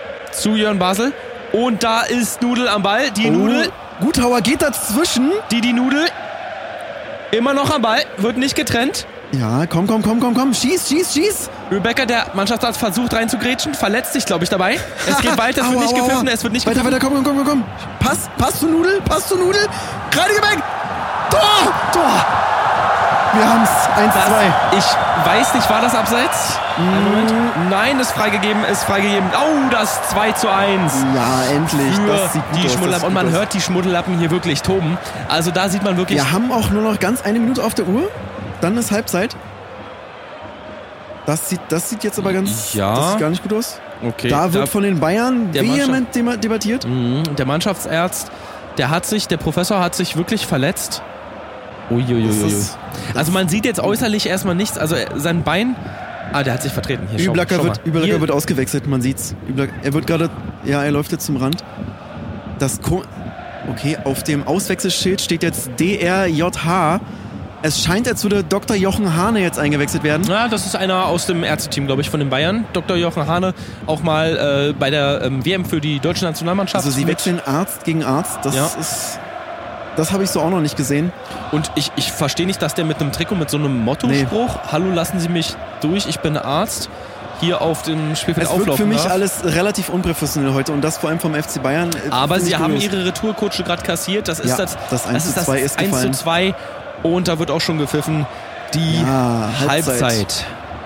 Und da ist Nudel am Ball. Nudel. Guthauer geht dazwischen. Die Nudel. Immer noch am Ball. Wird nicht getrennt. Ja, komm. Schieß. Rebecca, der Mannschaftsarzt, versucht reinzugrätschen. Verletzt sich, glaube ich, dabei. Es geht weiter. Es wird nicht gepfiffen. Es wird nicht gepfiffen. Weiter, komm. Pass zu Nudel. Kreidegeweg. Tor. Wir haben's. 1-2. Ich weiß nicht, war das abseits? Nein, ist freigegeben. Oh, das 2-1. Ja, endlich. Das sieht gut aus. Schmuddellappen. Und man hört die Schmuddellappen hier wirklich toben. Also da sieht man wirklich... Wir haben auch nur noch ganz 1 Minute auf der Uhr. Dann ist Halbzeit. Das sieht jetzt aber ganz... Ja. Das sieht gar nicht gut aus. Okay. Da wird von den Bayern vehement debattiert. Der Mannschaftsarzt, der Professor hat sich wirklich verletzt. Uiuiui. Also man sieht jetzt äußerlich erstmal nichts. Also sein Bein... der hat sich vertreten. Hier, Üblacker wird ausgewechselt, man sieht's. Er wird gerade... Ja, er läuft jetzt zum Rand. Okay, auf dem Auswechselschild steht jetzt DRJH. Es scheint, als würde Dr. Jochen Hane jetzt eingewechselt werden. Ja, das ist einer aus dem Ärzteteam, glaube ich, von den Bayern. Dr. Jochen Hane, auch mal bei der WM für die deutsche Nationalmannschaft. Also sie wechseln Arzt gegen Arzt. Das habe ich so auch noch nicht gesehen. Und ich verstehe nicht, dass der mit einem Trikot, mit so einem Mottospruch, Hallo, lassen Sie mich durch, ich bin Arzt, hier auf dem Spielfeld auflaufen. Es wirkt für mich alles relativ unprofessionell heute und das vor allem vom FC Bayern. Aber sie haben ihre Retourkutsche gerade kassiert. Das ist das 1:2 ist gefallen. 1:2 und da wird auch schon gepfiffen. Die Halbzeit.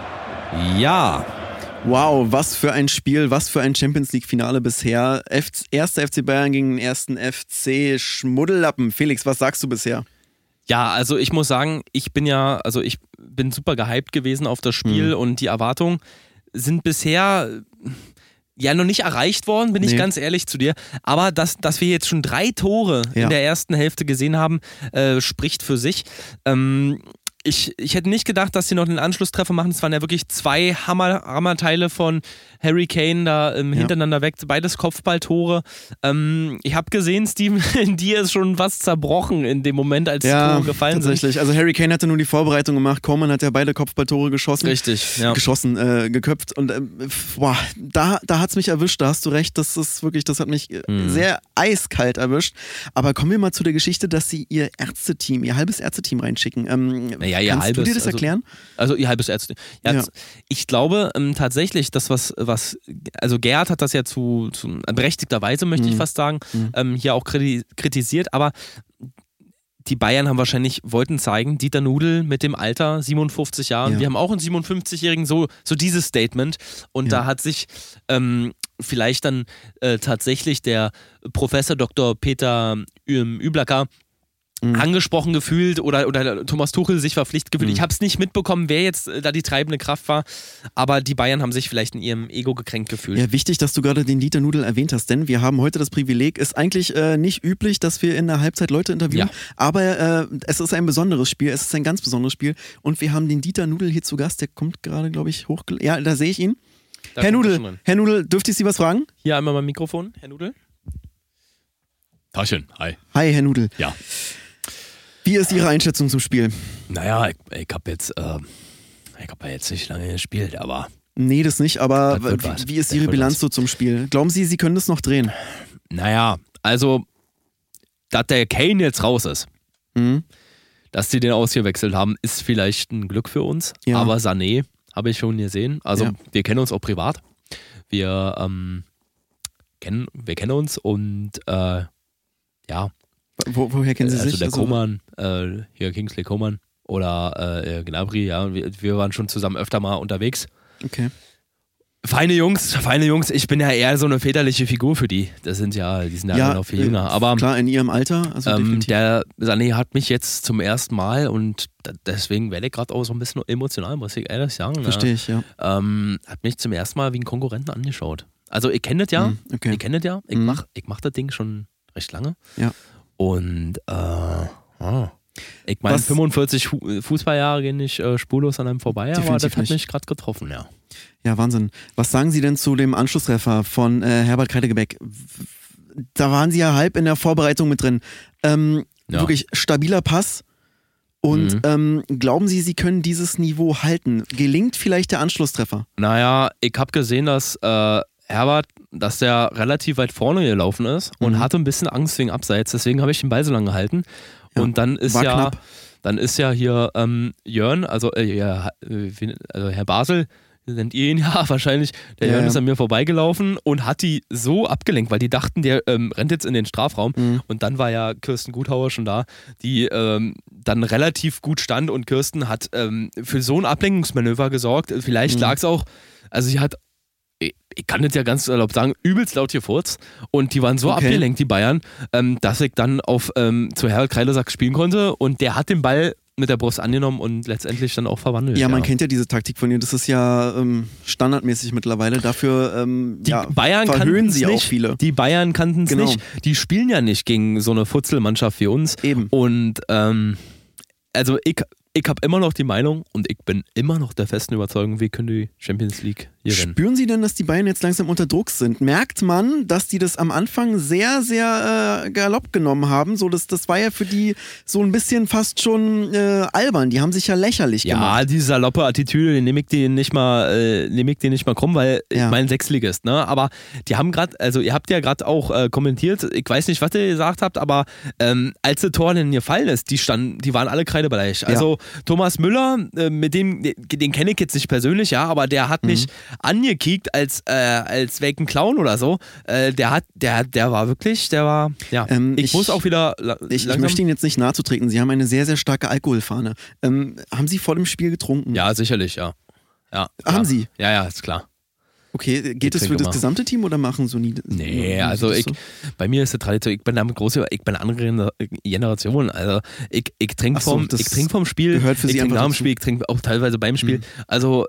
Ja. Wow, was für ein Spiel, was für ein Champions-League-Finale bisher. Erster FC Bayern gegen den ersten FC Schmuddellappen. Felix, was sagst du bisher? Ja, also ich muss sagen, ich bin super gehypt gewesen auf das Spiel und die Erwartungen sind bisher ja noch nicht erreicht worden, bin ich ganz ehrlich zu dir. Aber dass wir jetzt schon 3 Tore in der ersten Hälfte gesehen haben, spricht für sich. Ich hätte nicht gedacht, dass sie noch einen Anschlusstreffer machen. Es waren ja wirklich 2 Hammerteile von Harry Kane da hintereinander weg. Beides Kopfballtore. Ich habe gesehen, Steven, in dir ist schon was zerbrochen in dem Moment, als die Tore gefallen tatsächlich. sind. Also Harry Kane hatte nur die Vorbereitung gemacht. Coman hat ja beide Kopfballtore geschossen. Richtig, ja. Geköpft. Und da hat's mich erwischt. Da hast du recht. Das hat mich sehr eiskalt erwischt. Aber kommen wir mal zu der Geschichte, dass sie ihr halbes Ärzteteam reinschicken. Kannst du dir das erklären? Also ihr halbes Ärzte. Ja. Ich glaube tatsächlich, dass also Gerhard hat das ja zu berechtigterweise, möchte ich fast sagen, hier auch kritisiert, aber die Bayern wollten zeigen, Dieter Nudel mit dem Alter, 57 Jahre, wir haben auch einen 57-Jährigen, so dieses Statement und da hat sich vielleicht dann tatsächlich der Professor Dr. Peter Üblacker angesprochen gefühlt oder Thomas Tuchel sich verpflichtet gefühlt. Ich habe es nicht mitbekommen, wer jetzt da die treibende Kraft war, aber die Bayern haben sich vielleicht in ihrem Ego gekränkt gefühlt. Ja, wichtig, dass du gerade den Dieter Nudel erwähnt hast, denn wir haben heute das Privileg, ist eigentlich nicht üblich, dass wir in der Halbzeit Leute interviewen, aber es ist ein besonderes Spiel, es ist ein ganz besonderes Spiel und wir haben den Dieter Nudel hier zu Gast, der kommt gerade, glaube ich, hoch. Ja, da sehe ich ihn. Herr Nudel, dürfte ich Sie was fragen? Hier einmal mein Mikrofon, Herr Nudel. Taschen, hi. Hi, Herr Nudel. Ja. Wie ist Ihre Einschätzung zum Spiel? Naja, ich habe jetzt nicht lange gespielt, aber... Nee, das nicht, aber wie ist Ihre Bilanz so zum Spiel? Glauben Sie, Sie können das noch drehen? Naja, also, dass der Kane jetzt raus ist, dass die den ausgewechselt haben, ist vielleicht ein Glück für uns, aber Sané habe ich schon gesehen, also wir kennen uns auch privat, wir kennen uns und Woher kennen Sie sich? Also der Coman, hier Kingsley Coman oder Gnabry, wir waren schon zusammen öfter mal unterwegs. Okay. Feine Jungs, ich bin ja eher so eine väterliche Figur für die. Die sind ja noch viel jünger. Aber klar, in ihrem Alter. Also der Sané hat mich jetzt zum ersten Mal und deswegen werde ich gerade auch so ein bisschen emotional, muss ich ehrlich sagen. Verstehe ich, ja. Hat mich zum ersten Mal wie einen Konkurrenten angeschaut. Also ich kenne das ja, ich mach das Ding schon recht lange. Ja. Und ich meine, 45 Fußballjahre gehen nicht spurlos an einem vorbei, aber das hat mich gerade getroffen, ja. Ja, Wahnsinn. Was sagen Sie denn zu dem Anschlusstreffer von Herbert Kreidegebeck? Da waren Sie ja halb in der Vorbereitung mit drin. Wirklich stabiler Pass. Und glauben Sie, Sie können dieses Niveau halten? Gelingt vielleicht der Anschlusstreffer? Naja, ich habe gesehen, dass Herbert, dass der relativ weit vorne gelaufen ist und hatte ein bisschen Angst wegen Abseits, deswegen habe ich den Ball so lange gehalten. Ja, und dann ist ja hier Jörn, also Herr Basel, nennt ihr ihn ja wahrscheinlich, der Jörn ist an mir vorbeigelaufen und hat die so abgelenkt, weil die dachten, der rennt jetzt in den Strafraum und dann war ja Kirsten Guthauer schon da, die dann relativ gut stand und Kirsten hat für so ein Ablenkungsmanöver gesorgt, vielleicht lag es auch, also sie hat, ich kann das ja ganz erlaubt sagen, übelst laut gefurzt und die waren so abgelenkt, die Bayern, dass ich dann zu Herbert Kreidesack spielen konnte und der hat den Ball mit der Brust angenommen und letztendlich dann auch verwandelt. Ja, man kennt ja diese Taktik von ihr, das ist ja standardmäßig mittlerweile, dafür Bayern verhöhnen sie nicht. Auch viele. Die Bayern kannten es nicht, die spielen ja nicht gegen so eine Futzelmannschaft wie uns. Eben. Und also ich habe immer noch die Meinung und ich bin immer noch der festen Überzeugung, wir können die Champions League Spüren Sie denn, dass die Bayern jetzt langsam unter Druck sind? Merkt man, dass die das am Anfang sehr, sehr galopp genommen haben? So, das war ja für die so ein bisschen fast schon albern. Die haben sich ja lächerlich gemacht. Ja, diese saloppe Attitüde, die nehme ich denen nicht mal krumm, weil ich mein Sechsligist, ne? Aber die haben gerade, also ihr habt ja gerade auch kommentiert, ich weiß nicht, was ihr gesagt habt, aber als das Tor denn gefallen ist, die waren alle kreidebleich. Also Thomas Müller, mit den kenne ich jetzt nicht persönlich, ja, aber der hat mich angekickt als welchen Clown oder so. Der war, ich muss auch wieder ich möchte Ihnen jetzt nicht nahe zu treten. Sie haben eine sehr, sehr starke Alkoholfahne. Haben Sie vor dem Spiel getrunken? Ja, sicherlich, ja. Haben Sie? Ja, ist klar. Okay, geht es für das gesamte Team oder machen so nie? Nee, also bei mir ist die Tradition, ich bin eine andere Generation, also ich trinke vom Spiel, ich trinke nach dem Spiel, ich trinke auch teilweise beim Spiel, also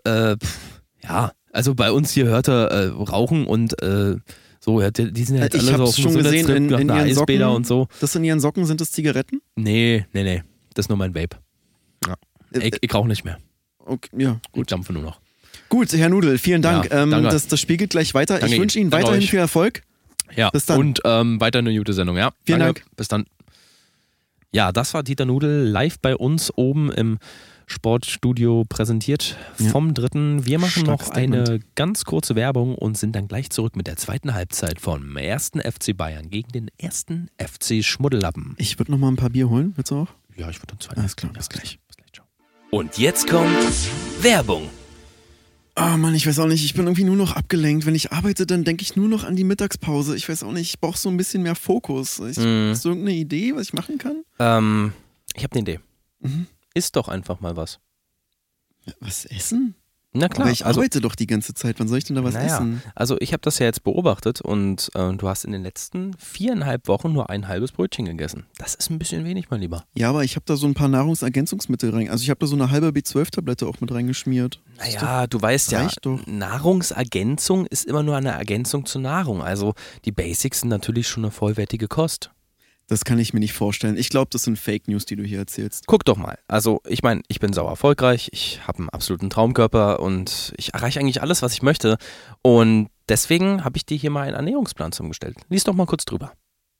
also bei uns hier hört er Rauchen und so, die sind halt alle so auf schon gesehen in ihren Eisbäder und so. Das in ihren Socken, sind das Zigaretten? Nee, das ist nur mein Vape. Ja. Ich rauche nicht mehr. Okay, ja, gut. Ich dampfe nur noch. Gut, Herr Nudel, vielen Dank. Ja, danke. Das Spiel geht gleich weiter. Ich wünsche Ihnen weiterhin viel Erfolg. Ja, bis dann. Und weiter eine gute Sendung. Ja, vielen Dank. Bis dann. Ja, das war Dieter Nudel live bei uns oben im Sportstudio präsentiert vom Dritten. Wir machen noch eine ganz kurze Werbung und sind dann gleich zurück mit der zweiten Halbzeit vom 1. FC Bayern gegen den 1. FC Schmuddellappen. Ich würde noch mal ein paar Bier holen. Willst du auch? Ja, ich würde uns zwei. Alles klar, bis gleich. Ciao. Und jetzt kommt Werbung. Oh Mann, ich weiß auch nicht, ich bin irgendwie nur noch abgelenkt. Wenn ich arbeite, dann denke ich nur noch an die Mittagspause. Ich weiß auch nicht, ich brauche so ein bisschen mehr Fokus. Hast du irgendeine Idee, was ich machen kann? Ich habe eine Idee. Iss doch einfach mal was. Ja, was essen? Na klar. Aber ich arbeite doch die ganze Zeit, wann soll ich denn da was essen? Also ich habe das ja jetzt beobachtet und du hast in den letzten 4,5 Wochen nur ein halbes Brötchen gegessen. Das ist ein bisschen wenig, mein Lieber. Ja, aber ich habe da so ein paar Nahrungsergänzungsmittel rein. Also ich habe da so eine halbe B12-Tablette auch mit reingeschmiert. Naja, du weißt ja, Nahrungsergänzung ist immer nur eine Ergänzung zur Nahrung. Also die Basics sind natürlich schon eine vollwertige Kost. Das kann ich mir nicht vorstellen. Ich glaube, das sind Fake News, die du hier erzählst. Guck doch mal. Also, ich meine, ich bin sau erfolgreich, ich habe einen absoluten Traumkörper und ich erreiche eigentlich alles, was ich möchte. Und deswegen habe ich dir hier mal einen Ernährungsplan zusammengestellt. Lies doch mal kurz drüber.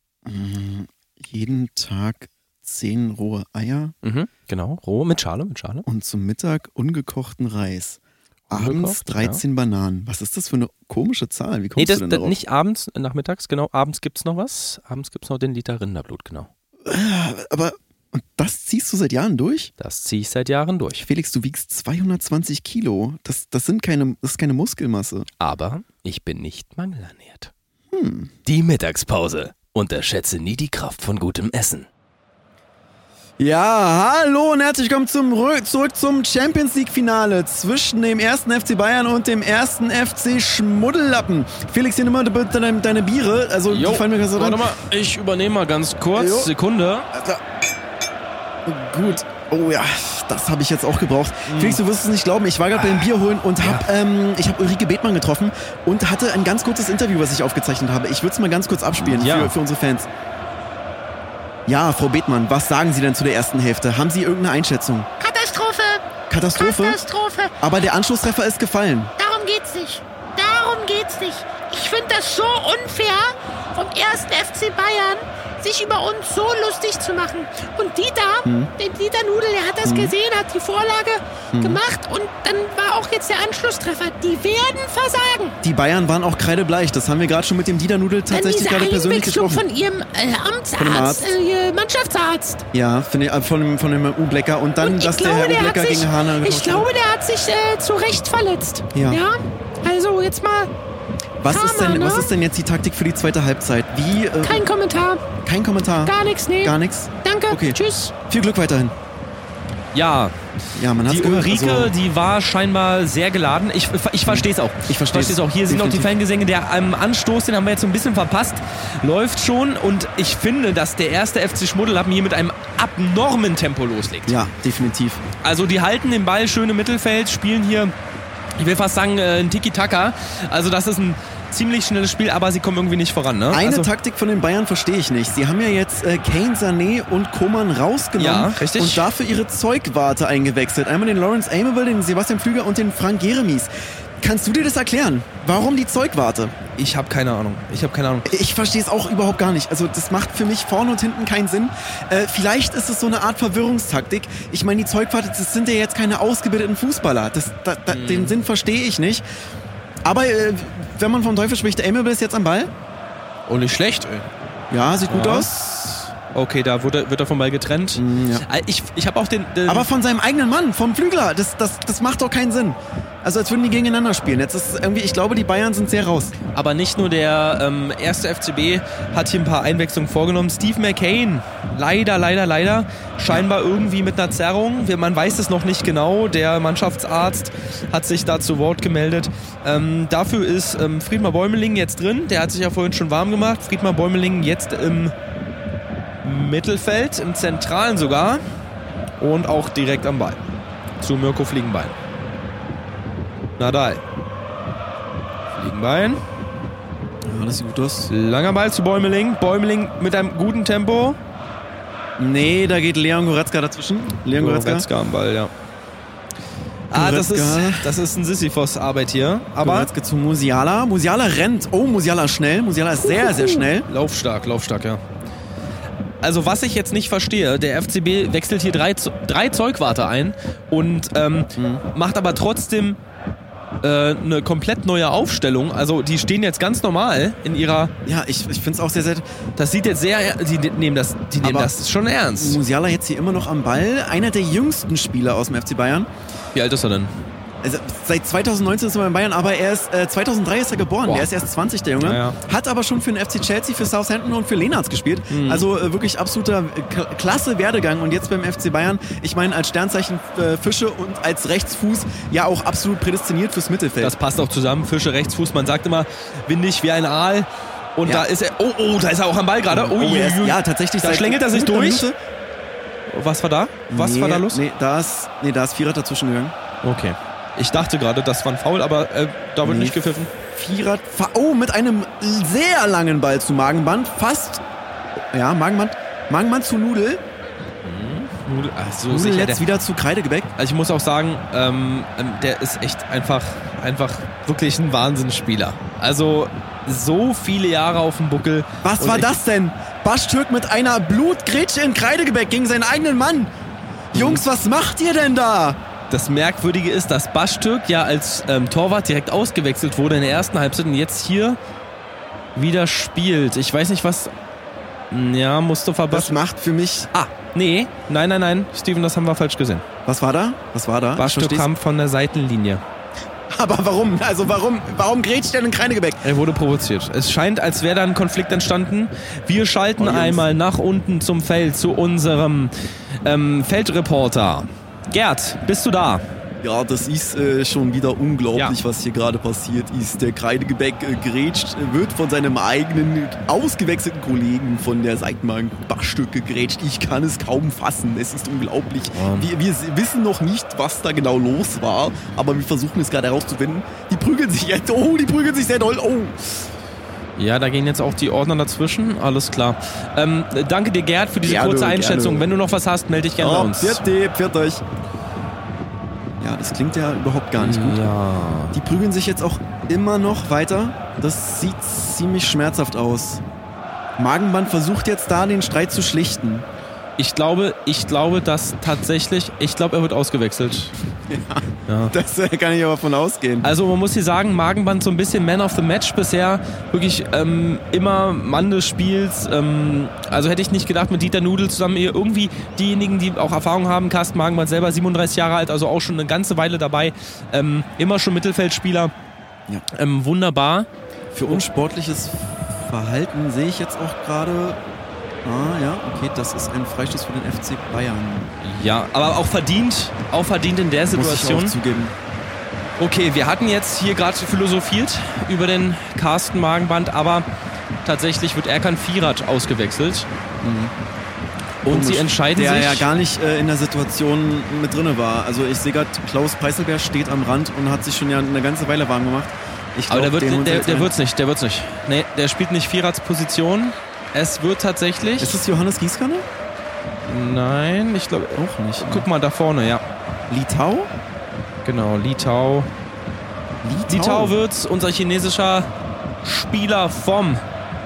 Jeden Tag 10 rohe Eier. Genau, roh mit Schale. Und zum Mittag ungekochten Reis. Abends 13 Bananen. Was ist das für eine komische Zahl? Wie kommst du denn darauf? Nicht abends, nachmittags, genau. Abends gibt es noch was. Abends gibt es noch den Liter Rinderblut, genau. Aber und das ziehst du seit Jahren durch? Das ziehe ich seit Jahren durch. Felix, du wiegst 220 Kilo. Das ist keine Muskelmasse. Aber ich bin nicht mangelernährt. Die Mittagspause. Unterschätze nie die Kraft von gutem Essen. Ja, hallo und herzlich willkommen zurück zum Champions-League-Finale zwischen dem 1. FC Bayern und dem 1. FC Schmuddellappen. Felix, hier nimm mal bitte deine Biere. Also, die fallen mir ganz so rein. Warte mal, ich übernehme mal ganz kurz. Sekunde. Gut. Oh ja, das habe ich jetzt auch gebraucht. Felix, du wirst es nicht glauben, ich war gerade beim Bier holen und ich hab Ulrike Bethmann getroffen und hatte ein ganz kurzes Interview, was ich aufgezeichnet habe. Ich würde es mal ganz kurz abspielen für unsere Fans. Ja, Frau Bethmann, was sagen Sie denn zu der ersten Hälfte? Haben Sie irgendeine Einschätzung? Katastrophe? Aber der Anschlusstreffer ist gefallen. Darum geht's nicht. Ich finde das so unfair, vom 1. FC Bayern sich über uns so lustig zu machen. Und Dieter Nudel, der hat das gesehen, hat die Vorlage gemacht und dann war auch jetzt der Anschlusstreffer. Die werden versagen. Die Bayern waren auch kreidebleich. Das haben wir gerade schon mit dem Dieter Nudel tatsächlich gerade persönlich gesprochen. Von ihrem Mannschaftsarzt. Ja, von dem U-Blecker. Und dann, dass der Herr U-Blecker gegen Hahner... Ich glaube, der hat sich zu Recht verletzt. Ja. Also jetzt mal... Was ist denn jetzt die Taktik für die zweite Halbzeit? Kein Kommentar. Kein Kommentar? Gar nichts, nee. Gar nichts? Danke, okay. Tschüss. Viel Glück weiterhin. Ja, man hat's die gehört. Ulrike, die war scheinbar sehr geladen. Ich verstehe es auch. Ich verstehe es auch. Hier sind noch die Fangesänge. Der Anstoß, den haben wir jetzt so ein bisschen verpasst. Läuft schon und ich finde, dass der 1. FC Schmuddellappen hier mit einem abnormen Tempo loslegt. Ja, definitiv. Also die halten den Ball schön im Mittelfeld, spielen hier, ich will fast sagen, ein Tiki-Taka. Also das ist ein ziemlich schnelles Spiel, aber sie kommen irgendwie nicht voran. Ne? Eine Taktik von den Bayern verstehe ich nicht. Sie haben ja jetzt Kane, Sané und Coman rausgenommen. Ja, richtig. Und dafür ihre Zeugwarte eingewechselt. Einmal den Lawrence Amable, den Sebastian Pflüger und den Frank Jeremies. Kannst du dir das erklären? Warum die Zeugwarte? Ich habe keine Ahnung. Ich verstehe es auch überhaupt gar nicht. Also das macht für mich vorne und hinten keinen Sinn. Vielleicht ist es so eine Art Verwirrungstaktik. Ich meine, die Zeugwarte, das sind ja jetzt keine ausgebildeten Fußballer. Den Sinn verstehe ich nicht. Aber wenn man vom Teufel spricht, der Amiable ist jetzt am Ball. Oh, nicht schlecht, ey. Ja, sieht gut aus. Okay, da wird er vom Ball getrennt. Ja. Ich habe auch den... Aber von seinem eigenen Mann, vom Flügler. Das macht doch keinen Sinn. Also als würden die gegeneinander spielen. Jetzt ist irgendwie, ich glaube, die Bayern sind sehr raus. Aber nicht nur der erste FCB hat hier ein paar Einwechslungen vorgenommen. Steve McCain, leider, scheinbar irgendwie mit einer Zerrung. Man weiß es noch nicht genau. Der Mannschaftsarzt hat sich da zu Wort gemeldet. Dafür ist Friedmar Bäumeling jetzt drin. Der hat sich ja vorhin schon warm gemacht. Friedmar Bäumeling jetzt im Mittelfeld, im Zentralen sogar. Und auch direkt am Ball. Zu Mirko Fliegenbein. Nadal. Fliegenbein. Ja, das sieht gut aus. Langer Ball zu Bäumeling. Bäumeling mit einem guten Tempo. Nee, da geht Leon Goretzka dazwischen. Leon Goretzka am Ball, ja. Das ist ein Sisyphos-Arbeit hier. Aber Goretzka zu Musiala. Musiala rennt. Oh, Musiala schnell. Musiala ist sehr, sehr schnell. Laufstark, ja. Also was ich jetzt nicht verstehe, der FCB wechselt hier drei Zeugwarte ein und macht aber trotzdem eine komplett neue Aufstellung. Also die stehen jetzt ganz normal in ihrer... Ja, ich finde es auch sehr, sehr... Das sieht jetzt sehr... Die nehmen das schon ernst. Musiala jetzt hier immer noch am Ball. Einer der jüngsten Spieler aus dem FC Bayern. Wie alt ist er denn? Also seit 2019 ist er in Bayern, aber er ist 2003 ist er geboren. Boah. Der ist erst 20, der Junge. Ja. Hat aber schon für den FC Chelsea, für Southampton und für Leenarts gespielt. Also wirklich absoluter klasse Werdegang. Und jetzt beim FC Bayern, ich meine als Sternzeichen Fische und als Rechtsfuß ja auch absolut prädestiniert fürs Mittelfeld. Das passt auch zusammen. Fische, Rechtsfuß. Man sagt immer, windig wie ein Aal. Und ja. Da ist er... Oh, da ist er auch am Ball gerade. Ja, tatsächlich. Da schlängelt er sich durch. Minute. Was war da? Was war da los? Da ist Vierer dazwischen gegangen. Okay. Ich dachte gerade, das war ein Foul, aber da wird nicht gepfiffen. Vierer, mit einem sehr langen Ball zu Magenband. Fast. Ja, Magenband zu Nudel. Nudel jetzt wieder zu Kreidegebäck. Also ich muss auch sagen, der ist echt einfach wirklich ein Wahnsinnsspieler. Also so viele Jahre auf dem Buckel. Was war das denn? Baştürk mit einer Blutgrätsche in Kreidegebäck gegen seinen eigenen Mann. Jungs, was macht ihr denn da? Das Merkwürdige ist, dass Baştürk ja als Torwart direkt ausgewechselt wurde in der ersten Halbzeit und jetzt hier wieder spielt. Ich weiß nicht, was... Ja, Mustafa Baştürk... Das macht für mich... Nee, nein, Steven, das haben wir falsch gesehen. Was war da? Baştürk kam von der Seitenlinie. Aber warum? Also warum grätscht der in Kreidegebäck? Er wurde provoziert. Es scheint, als wäre da ein Konflikt entstanden. Wir schalten einmal nach unten zum Feld zu unserem Feldreporter. Gerd, bist du da? Ja, das ist schon wieder unglaublich, was hier gerade passiert ist. Der Kreidegebäck wird von seinem eigenen ausgewechselten Kollegen von der Seitenbank Baştürk gegrätscht. Ich kann es kaum fassen. Es ist unglaublich. Wir wissen noch nicht, was da genau los war, aber wir versuchen es gerade herauszufinden. Die prügeln sich jetzt. Oh, die prügeln sich sehr doll. Oh. Ja, da gehen jetzt auch die Ordner dazwischen. Alles klar. Danke dir, Gerd, für diese kurze Einschätzung. Wenn du noch was hast, melde dich gerne bei uns. Pfiat euch. Ja, das klingt ja überhaupt gar nicht gut. Ja. Die prügeln sich jetzt auch immer noch weiter. Das sieht ziemlich schmerzhaft aus. Magenband versucht jetzt da den Streit zu schlichten. Ich glaube, dass tatsächlich, er wird ausgewechselt. Ja. Das kann ich aber von ausgehen. Also man muss hier sagen, Magenband so ein bisschen Man of the Match bisher. Wirklich immer Mann des Spiels. Also hätte ich nicht gedacht, mit Dieter Nudel zusammen hier irgendwie diejenigen, die auch Erfahrung haben. Carsten Magenband selber 37 Jahre alt, also auch schon eine ganze Weile dabei. Immer schon Mittelfeldspieler. Ja. Wunderbar. Für unsportliches Verhalten sehe ich jetzt auch gerade... ja, okay, das ist ein Freistoß für den FC Bayern. Ja, aber auch verdient in der Situation. Muss ich auch zugeben. Okay, wir hatten jetzt hier gerade philosophiert über den Carsten Magenband, aber tatsächlich wird Erkan Firat ausgewechselt. Und Komisch, sie entscheiden der sich... ja gar nicht in der Situation mit drinne war. Also ich sehe gerade, Klaus Peißelberg steht am Rand und hat sich schon ja eine ganze Weile warm gemacht. Aber der wird's nicht. Nee, der spielt nicht Firats Position. Es wird tatsächlich... Ist es Johannes Gießkanne? Nein, ich glaube auch nicht. Guck mal, da vorne, ja. Litau? Genau, Litau. Litau wird's, unser chinesischer Spieler vom...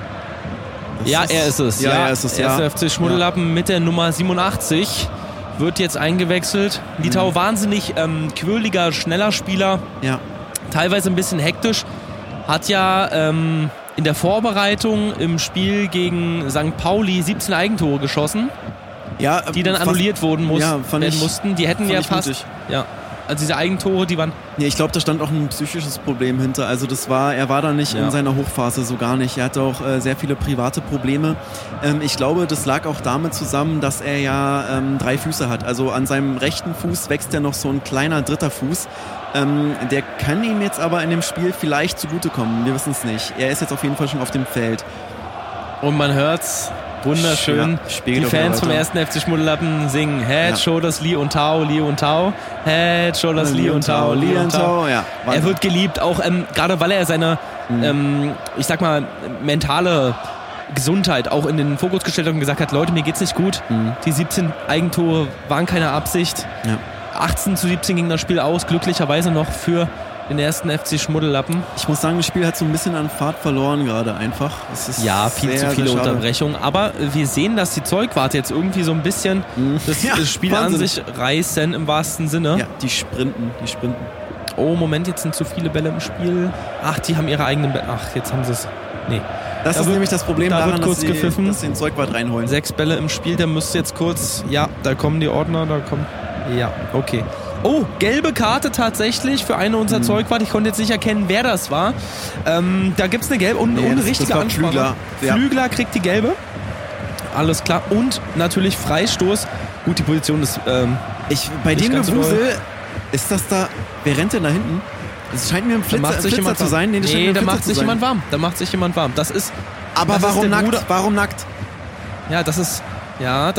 Er ist es. Er ist es, ja. Erster FC Schmuddellappen mit der Nummer 87 wird jetzt eingewechselt. Litau wahnsinnig quirliger, schneller Spieler. Ja. Teilweise ein bisschen hektisch. Hat ja in der Vorbereitung im Spiel gegen St. Pauli 17 Eigentore geschossen, die dann annulliert werden mussten. Die hätten ja fast... Mutig. Ja. Also diese Eigentore, die waren... Nee, ich glaube, da stand auch ein psychisches Problem hinter. Also er war da nicht in seiner Hochphase, so gar nicht. Er hatte auch sehr viele private Probleme. Ich glaube, das lag auch damit zusammen, dass er ja 3 Füße hat. Also an seinem rechten Fuß wächst ja noch so ein kleiner dritter Fuß. Der kann ihm jetzt aber in dem Spiel vielleicht zugutekommen. Wir wissen es nicht. Er ist jetzt auf jeden Fall schon auf dem Feld. Und man hört's wunderschön. Die Fans vom 1. FC Schmuddellappen singen Head, Shoulders, Li und Tau, Li und Tau. Head, Shoulders, Li und Tau, Li und Tau. Ja, er wird geliebt, auch gerade weil er seine, ich sag mal, mentale Gesundheit auch in den Fokus gestellt hat und gesagt hat, Leute, mir geht's nicht gut. Die 17 Eigentore waren keine Absicht. Ja. 18:17 ging das Spiel aus, glücklicherweise noch für den 1. FC Schmuddellappen. Ich muss sagen, das Spiel hat so ein bisschen an Fahrt verloren gerade einfach. Es ist viel zu viele Unterbrechungen. Aber wir sehen, dass die Zeugwarte jetzt irgendwie so ein bisschen das Spiel Wahnsinn. An sich reißen im wahrsten Sinne. Ja, die sprinten. Oh, Moment, jetzt sind zu viele Bälle im Spiel. Ach, die haben ihre eigenen Bälle. Ach, jetzt haben sie es. Nee. Das ist nämlich das Problem daran, dass sie den Zeugwart reinholen. 6 Bälle im Spiel, der müsste jetzt kurz... Ja, da kommen die Ordner, Ja, okay. Oh, gelbe Karte tatsächlich für eine unserer Zeugwart. Ich konnte jetzt nicht erkennen, wer das war. Da gibt es eine gelbe und ohne richtige Ansprache. Flügler kriegt die gelbe. Alles klar. Und natürlich Freistoß. Gut, die Position ist... bei dem Gewusel ist das da... Wer rennt denn da hinten? Das scheint mir ein Flitzer zu sein. Da macht sich jemand warm. Das ist... Aber warum nackt? Warum nackt? Ja, das ist... Ja.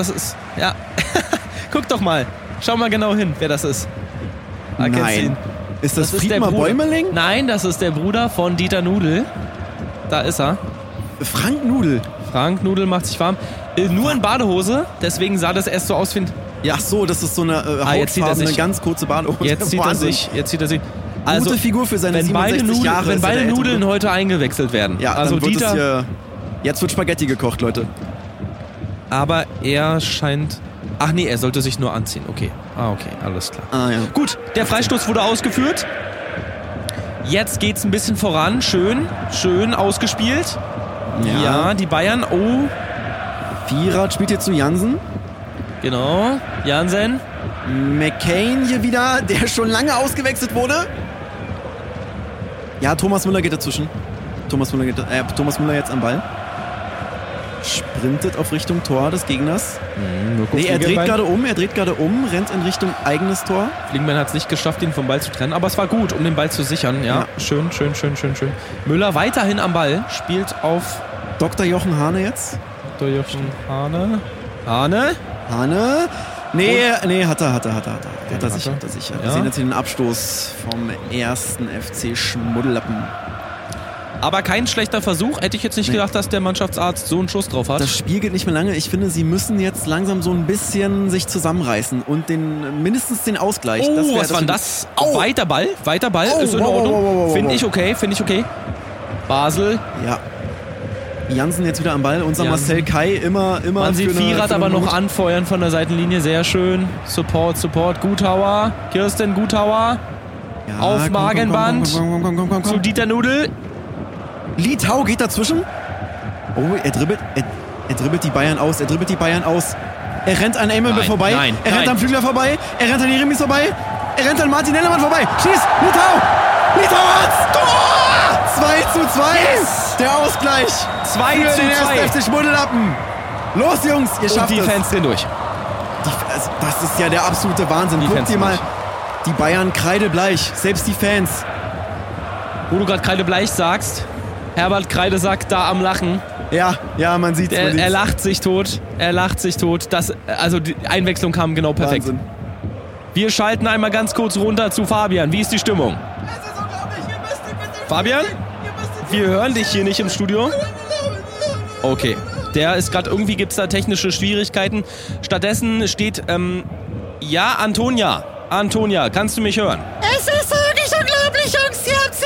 Guck doch mal. Schau mal genau hin, wer das ist. Nein. Ist das Friedmar Bäumeling? Nein, das ist der Bruder von Dieter Nudel. Da ist er. Frank Nudel. Frank Nudel macht sich warm. Nur in Badehose, deswegen sah das erst so aus, Ja, so, das ist so eine hautfarbene, ganz kurze Badehose. Jetzt sieht er sich. Also, gute Figur für seine 67 Jahre. Wenn beide Nudeln heute eingewechselt werden. Ja, also dann wird Dieter... Jetzt wird Spaghetti gekocht, Leute. Aber er scheint... Ach nee, er sollte sich nur anziehen. Okay. Okay, alles klar. Ja. Gut, der Freistoß wurde ausgeführt. Jetzt geht's ein bisschen voran. Schön ausgespielt. Ja, die Bayern. Oh. Vierat spielt hier zu Jansen. Genau, Jansen. McCain hier wieder, der schon lange ausgewechselt wurde. Ja, Thomas Müller geht dazwischen. Thomas Müller jetzt am Ball. Sprintet auf Richtung Tor des Gegners. Er dreht gerade um, rennt in Richtung eigenes Tor. Fliegenbein hat es nicht geschafft, ihn vom Ball zu trennen, aber es war gut, um den Ball zu sichern. Ja. Schön. Müller weiterhin am Ball, spielt auf Dr. Jochen Hane jetzt. Dr. Jochen Hane? Nee, hat er sicher. Wir sehen jetzt hier den Abstoß vom 1. FC Schmuddellappen. Aber kein schlechter Versuch. Hätte ich jetzt nicht gedacht, dass der Mannschaftsarzt so einen Schuss drauf hat. Das Spiel geht nicht mehr lange. Ich finde, sie müssen jetzt langsam so ein bisschen sich zusammenreißen und mindestens den Ausgleich. Oh, was war denn das? Weiter Ball, ist in Ordnung. Finde ich okay. Basel. Ja. Jansen jetzt wieder am Ball. Unser Marcel Kai immer. Man sieht Vierat aber noch anfeuern von der Seitenlinie. Sehr schön. Support. Gutauer. Kirsten Gutauer. Ja, auf Magenband. Komm. Zu Dieter Nudel. Litau geht dazwischen. Oh, er dribbelt die Bayern aus. Er rennt an Emelbe vorbei. Er rennt am Flügler vorbei. Er rennt an Jeremies vorbei. Er rennt an Martin Hellermann vorbei. Schießt! Litau hat's! Tor! 2:2. Yes! Der Ausgleich. 2:2. Für den 1. FC Schmuddellappen. Los, Jungs, ihr schafft es. Und die Fans drehen durch. Das ist ja der absolute Wahnsinn. Guck dir mal. Die Bayern kreidebleich. Selbst die Fans. Wo du gerade kreidebleich sagst... Herbert Kreidesack da am Lachen. Ja, man sieht's. Er lacht sich tot. Die Einwechslung kam genau perfekt. Wahnsinn. Wir schalten einmal ganz kurz runter zu Fabian. Wie ist die Stimmung? Es ist unglaublich. Fabian? Wir hören dich hier nicht im Studio. Okay. Der ist gerade, irgendwie gibt es da technische Schwierigkeiten. Stattdessen steht, Antonia. Antonia, kannst du mich hören? Es ist wirklich unglaublich, Jungs. Sie haben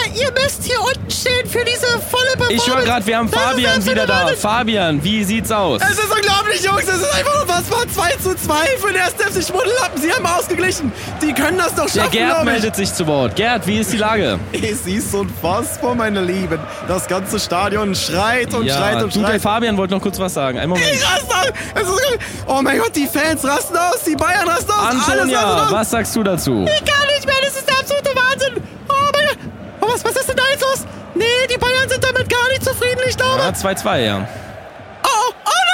ihr müsst hier unten stehen für diese volle Performance. Ich höre gerade, wir haben Fabian wieder da. Fabian, wie sieht's aus? Es ist unglaublich, Jungs. Es ist einfach unfassbar. 2:2 für den 1. FC Schmuddellappen. Sie haben ausgeglichen. Die können das doch Der schaffen, Gerd meldet sich zu Wort. Gerd, wie ist die Lage? Es ist unfassbar, meine Lieben. Das ganze Stadion schreit und schreit und du, der schreit. Fabian wollte noch kurz was sagen. Einen Moment. Ich raste aus. Oh mein Gott, die Fans rasten aus. Die Bayern rasten aus. Antonia, alles. was sagst du dazu? Ich kann nicht mehr, das ist der absolute Wahnsinn. Oh mein Gott. Oh, was ist denn da jetzt los? Nee, die Bayern sind damit gar nicht zufrieden, ich glaube. Ja, 2:2, ja. Oh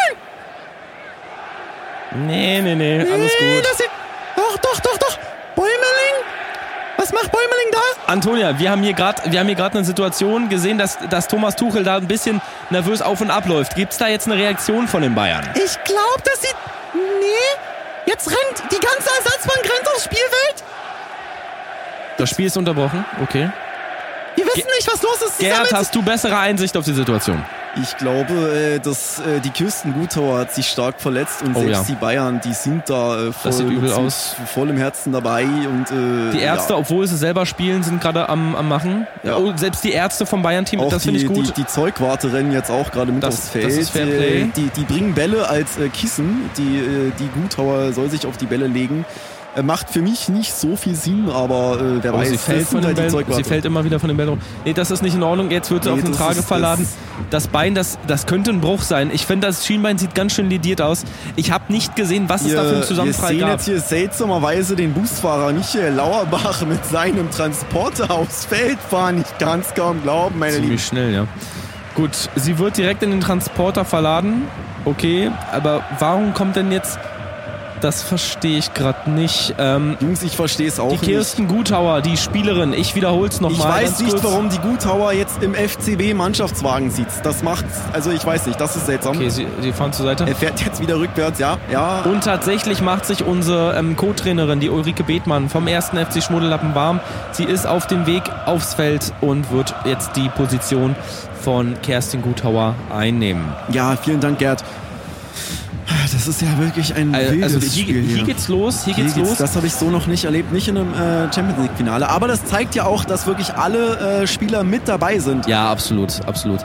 nein. Nee, alles gut. Das sieht... Doch. Bäumeling? Was macht Bäumeling da? Antonia, wir haben hier gerade eine Situation gesehen, dass Thomas Tuchel da ein bisschen nervös auf und ab läuft. Gibt's da jetzt eine Reaktion von den Bayern? Ich glaube, das sieht... Nee. Jetzt rennt die ganze Ersatzbank aufs Spielfeld. Das Spiel ist unterbrochen, okay. Wir wissen nicht, was los ist. Gerd, hast du bessere Einsicht auf die Situation? Ich glaube, dass die Kirsten Guthauer hat sich stark verletzt und selbst die Bayern, die sind da das sieht übel aus. Voll im Herzen dabei. Und, die Ärzte, obwohl sie selber spielen, sind gerade am Machen. Ja. Oh, selbst die Ärzte vom Bayern-Team, auch das finde ich gut. Die Zeugwarte rennen jetzt auch gerade mit aufs Feld. Das ist Fair Play. Die bringen Bälle als Kissen. Die Guthauer soll sich auf die Bälle legen. Macht für mich nicht so viel Sinn, aber wer weiß, sie fällt von den Bällen. Sie fällt immer wieder von den Bällen. Nee, das ist nicht in Ordnung. Jetzt wird sie auf den Trage verladen. Das Bein, das könnte ein Bruch sein. Ich finde, das Schienbein sieht ganz schön lediert aus. Ich habe nicht gesehen, was es da für einen Zusammenprall gab. Wir sehen jetzt hier seltsamerweise den Busfahrer Michael Lauerbach mit seinem Transporter aufs Feld fahren. Ich kann es kaum glauben, meine Lieben. Ziemlich schnell, ja. Gut, sie wird direkt in den Transporter verladen. Okay, aber warum kommt denn jetzt... Das verstehe ich gerade nicht. Jungs, ich verstehe es auch nicht. Die Kirsten Guthauer, die Spielerin, ich wiederhole es nochmal. Ich weiß nicht, warum die Guthauer jetzt im FCB-Mannschaftswagen sitzt. Das macht's, also ich weiß nicht, das ist seltsam. Okay, sie fahren zur Seite. Er fährt jetzt wieder rückwärts, ja. Und tatsächlich macht sich unsere Co-Trainerin, die Ulrike Bethmann vom 1. FC Schmuddellappen warm. Sie ist auf dem Weg aufs Feld und wird jetzt die Position von Kerstin Guthauer einnehmen. Ja, vielen Dank, Gerd. Das ist ja wirklich ein wildes Spiel hier geht's los, hier geht's los. Das habe ich so noch nicht erlebt, nicht in einem Champions League Finale. Aber das zeigt ja auch, dass wirklich alle Spieler mit dabei sind. Ja, absolut.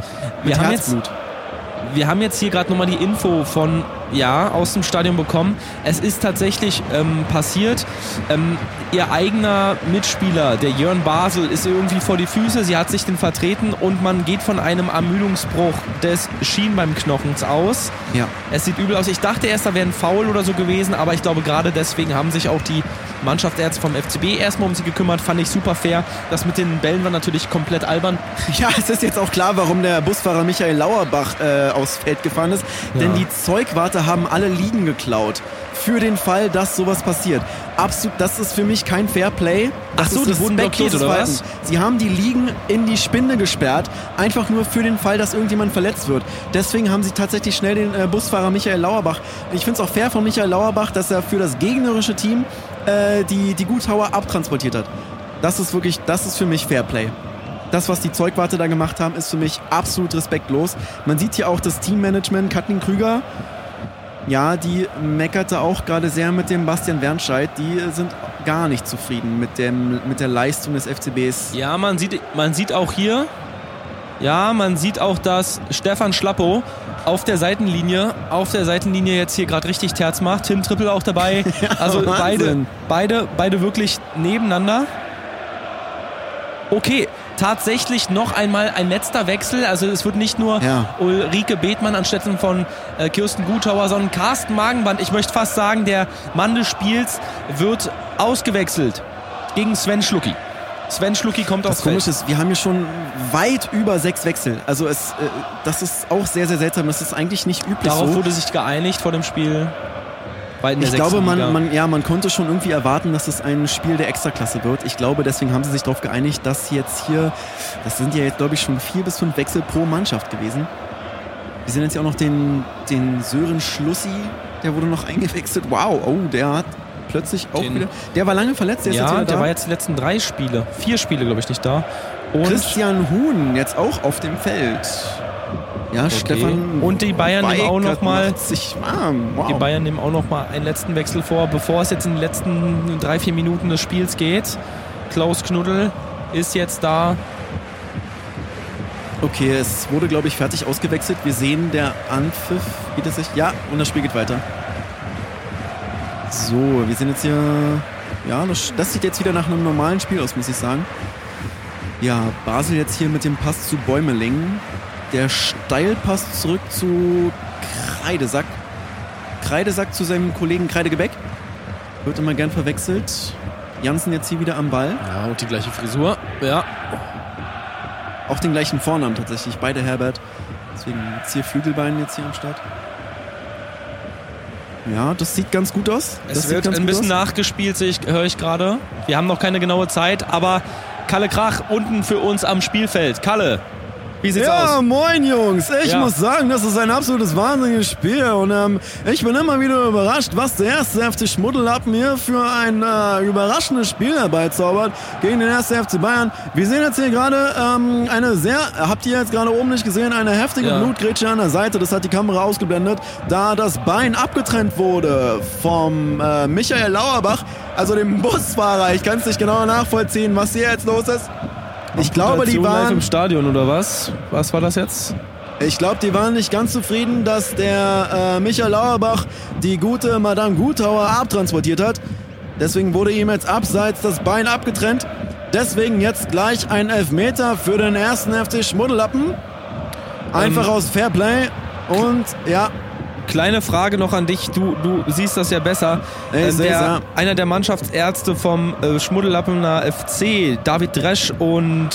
Wir haben jetzt hier gerade nochmal die Info aus dem Stadion bekommen. Es ist tatsächlich passiert. Ihr eigener Mitspieler, der Jörn Basel, ist irgendwie vor die Füße. Sie hat sich den vertreten und man geht von einem Ermüdungsbruch des Schienbeinknochens aus. Ja. Es sieht übel aus. Ich dachte erst, da wäre ein Foul oder so gewesen, aber ich glaube, gerade deswegen haben sich auch die Mannschaftsärzte vom FCB erstmal um sie gekümmert. Fand ich super fair. Das mit den Bällen war natürlich komplett albern. Ja, es ist jetzt auch klar, warum der Busfahrer Michael Lauerbach aufs Feld gefahren ist. Ja. Denn die Zeugwarte haben alle Liegen geklaut. Für den Fall, dass sowas passiert. Absolut, das ist für mich kein Fairplay. Achso, die wurden blockiert, oder was? Sie haben die Liegen in die Spinde gesperrt, einfach nur für den Fall, dass irgendjemand verletzt wird. Deswegen haben sie tatsächlich schnell den Busfahrer Michael Lauerbach. Ich finde es auch fair von Michael Lauerbach, dass er für das gegnerische Team die Guthauer abtransportiert hat. Das ist für mich Fairplay. Das, was die Zeugwarte da gemacht haben, ist für mich absolut respektlos. Man sieht hier auch das Teammanagement, Kathrin Krüger. Ja, die meckerte auch gerade sehr mit dem Bastian Wernscheid. Die sind gar nicht zufrieden mit der Leistung des FCBs. Ja, man sieht auch hier, dass Stefan Schlappo auf der Seitenlinie jetzt hier gerade richtig Terz macht. Tim Trippel auch dabei. Ja, also beide wirklich nebeneinander. Okay, tatsächlich noch einmal ein letzter Wechsel. Also es wird nicht nur Ulrike Bethmann anstelle von Kirsten Guthauer, sondern Carsten Magenband. Ich möchte fast sagen, der Mann des Spiels wird ausgewechselt gegen Sven Schlucki. Sven Schlucki kommt aufs Feld. Das Komische ist, wir haben hier schon weit über 6 Wechsel. Also das ist auch sehr, sehr seltsam. Das ist eigentlich nicht üblich. Darauf wurde sich geeinigt vor dem Spiel. Ich glaube, man konnte schon irgendwie erwarten, dass es ein Spiel der Extraklasse wird. Ich glaube, deswegen haben sie sich darauf geeinigt, dass jetzt hier, das sind ja jetzt, glaube ich, schon 4 bis 5 Wechsel pro Mannschaft gewesen. Wir sehen jetzt ja auch noch den Sören Schlussi, der wurde noch eingewechselt. Wow, der hat plötzlich auch wieder, der war lange verletzt. Der war jetzt die letzten 4 Spiele, glaube ich, nicht da. Und Christian Huhn jetzt auch auf dem Feld. Ja, okay. Stefan. Und die Bayern nehmen auch noch mal. Wow. Die Bayern nehmen auch noch mal einen letzten Wechsel vor, bevor es jetzt in den letzten 3-4 Minuten des Spiels geht. Klaus Knuddel ist jetzt da Okay, es wurde, glaube ich, fertig ausgewechselt. Wir sehen, der Anpfiff geht es sich. Ja, und das Spiel geht weiter. So, wir sind jetzt hier... Ja, das sieht jetzt wieder nach einem normalen Spiel aus, muss ich sagen. Ja, Basel jetzt hier mit dem Pass zu Bäumeling. Der Steilpass zurück zu Kreidesack. Kreidesack zu seinem Kollegen Kreidegebäck. Wird immer gern verwechselt. Jansen jetzt hier wieder am Ball. Ja, und die gleiche Frisur. Ja. Auch den gleichen Vornamen tatsächlich, beide Herbert. Deswegen jetzt hier Flügelbein jetzt hier am Start. Ja, das sieht ganz gut aus. Es wird ein bisschen nachgespielt, höre ich gerade. Wir haben noch keine genaue Zeit, aber Kalle Krach unten für uns am Spielfeld. Kalle, wie sieht's aus? Ja, moin Jungs. Ich muss sagen, das ist ein absolutes wahnsinniges Spiel. Und ich bin immer wieder überrascht, was der erste FC Schmuddellappen hier für ein überraschendes Spiel herbeizaubert gegen den ersten FC Bayern. Wir sehen jetzt hier gerade habt ihr jetzt gerade oben nicht gesehen, eine heftige Blutgrätsche an der Seite. Das hat die Kamera ausgeblendet, da das Bein abgetrennt wurde vom Michael Lauerbach, also dem Busfahrer. Ich kann es nicht genau nachvollziehen, was hier jetzt los ist. Ich glaube, die waren live im Stadion oder was? Was war das jetzt? Ich glaube, die waren nicht ganz zufrieden, dass der Michael Lauerbach die gute Madame Gutauer abtransportiert hat. Deswegen wurde ihm jetzt abseits das Bein abgetrennt. Deswegen jetzt gleich ein Elfmeter für den ersten FC Schmuddellappen. Einfach aus Fairplay. Und ja. Kleine Frage noch an dich, du siehst das ja besser. Einer der Mannschaftsärzte vom Schmuddelappener FC, David Dresch und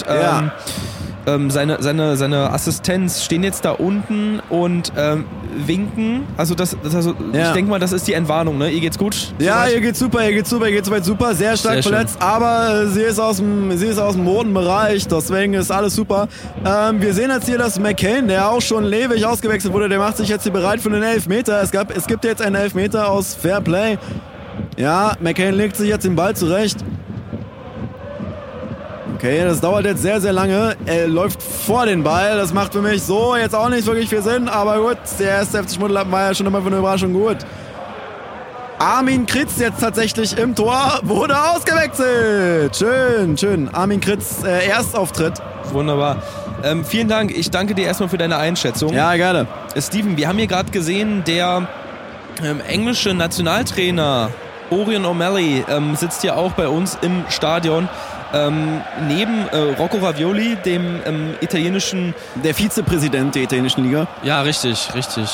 seine Assistenz stehen jetzt da unten und winken. Also ich denke mal, das ist die Entwarnung, ne? Ihr geht's gut? Ja, ihr geht's soweit super, sehr stark verletzt, aber sie ist aus dem roten Bereich, deswegen ist alles super. Wir sehen jetzt hier, dass McCain, der auch schon ewig ausgewechselt wurde, der macht sich jetzt hier bereit für den Elfmeter. Es gibt jetzt einen Elfmeter aus Fairplay. Ja, McCain legt sich jetzt den Ball zurecht. Okay, das dauert jetzt sehr, sehr lange. Er läuft vor den Ball. Das macht für mich so jetzt auch nicht wirklich viel Sinn. Aber gut, der erste FC Schmuddellappen war ja schon immer für eine Überraschung gut. Armin Kritz jetzt tatsächlich im Tor. Wurde ausgewechselt. Schön. Armin Kritz, Erstauftritt. Wunderbar. Vielen Dank. Ich danke dir erstmal für deine Einschätzung. Ja, gerne. Steven, wir haben hier gerade gesehen, der englische Nationaltrainer Orion O'Malley sitzt ja auch bei uns im Stadion. Neben Rocco Ravioli, dem italienischen... Der Vizepräsident der italienischen Liga. Ja, richtig.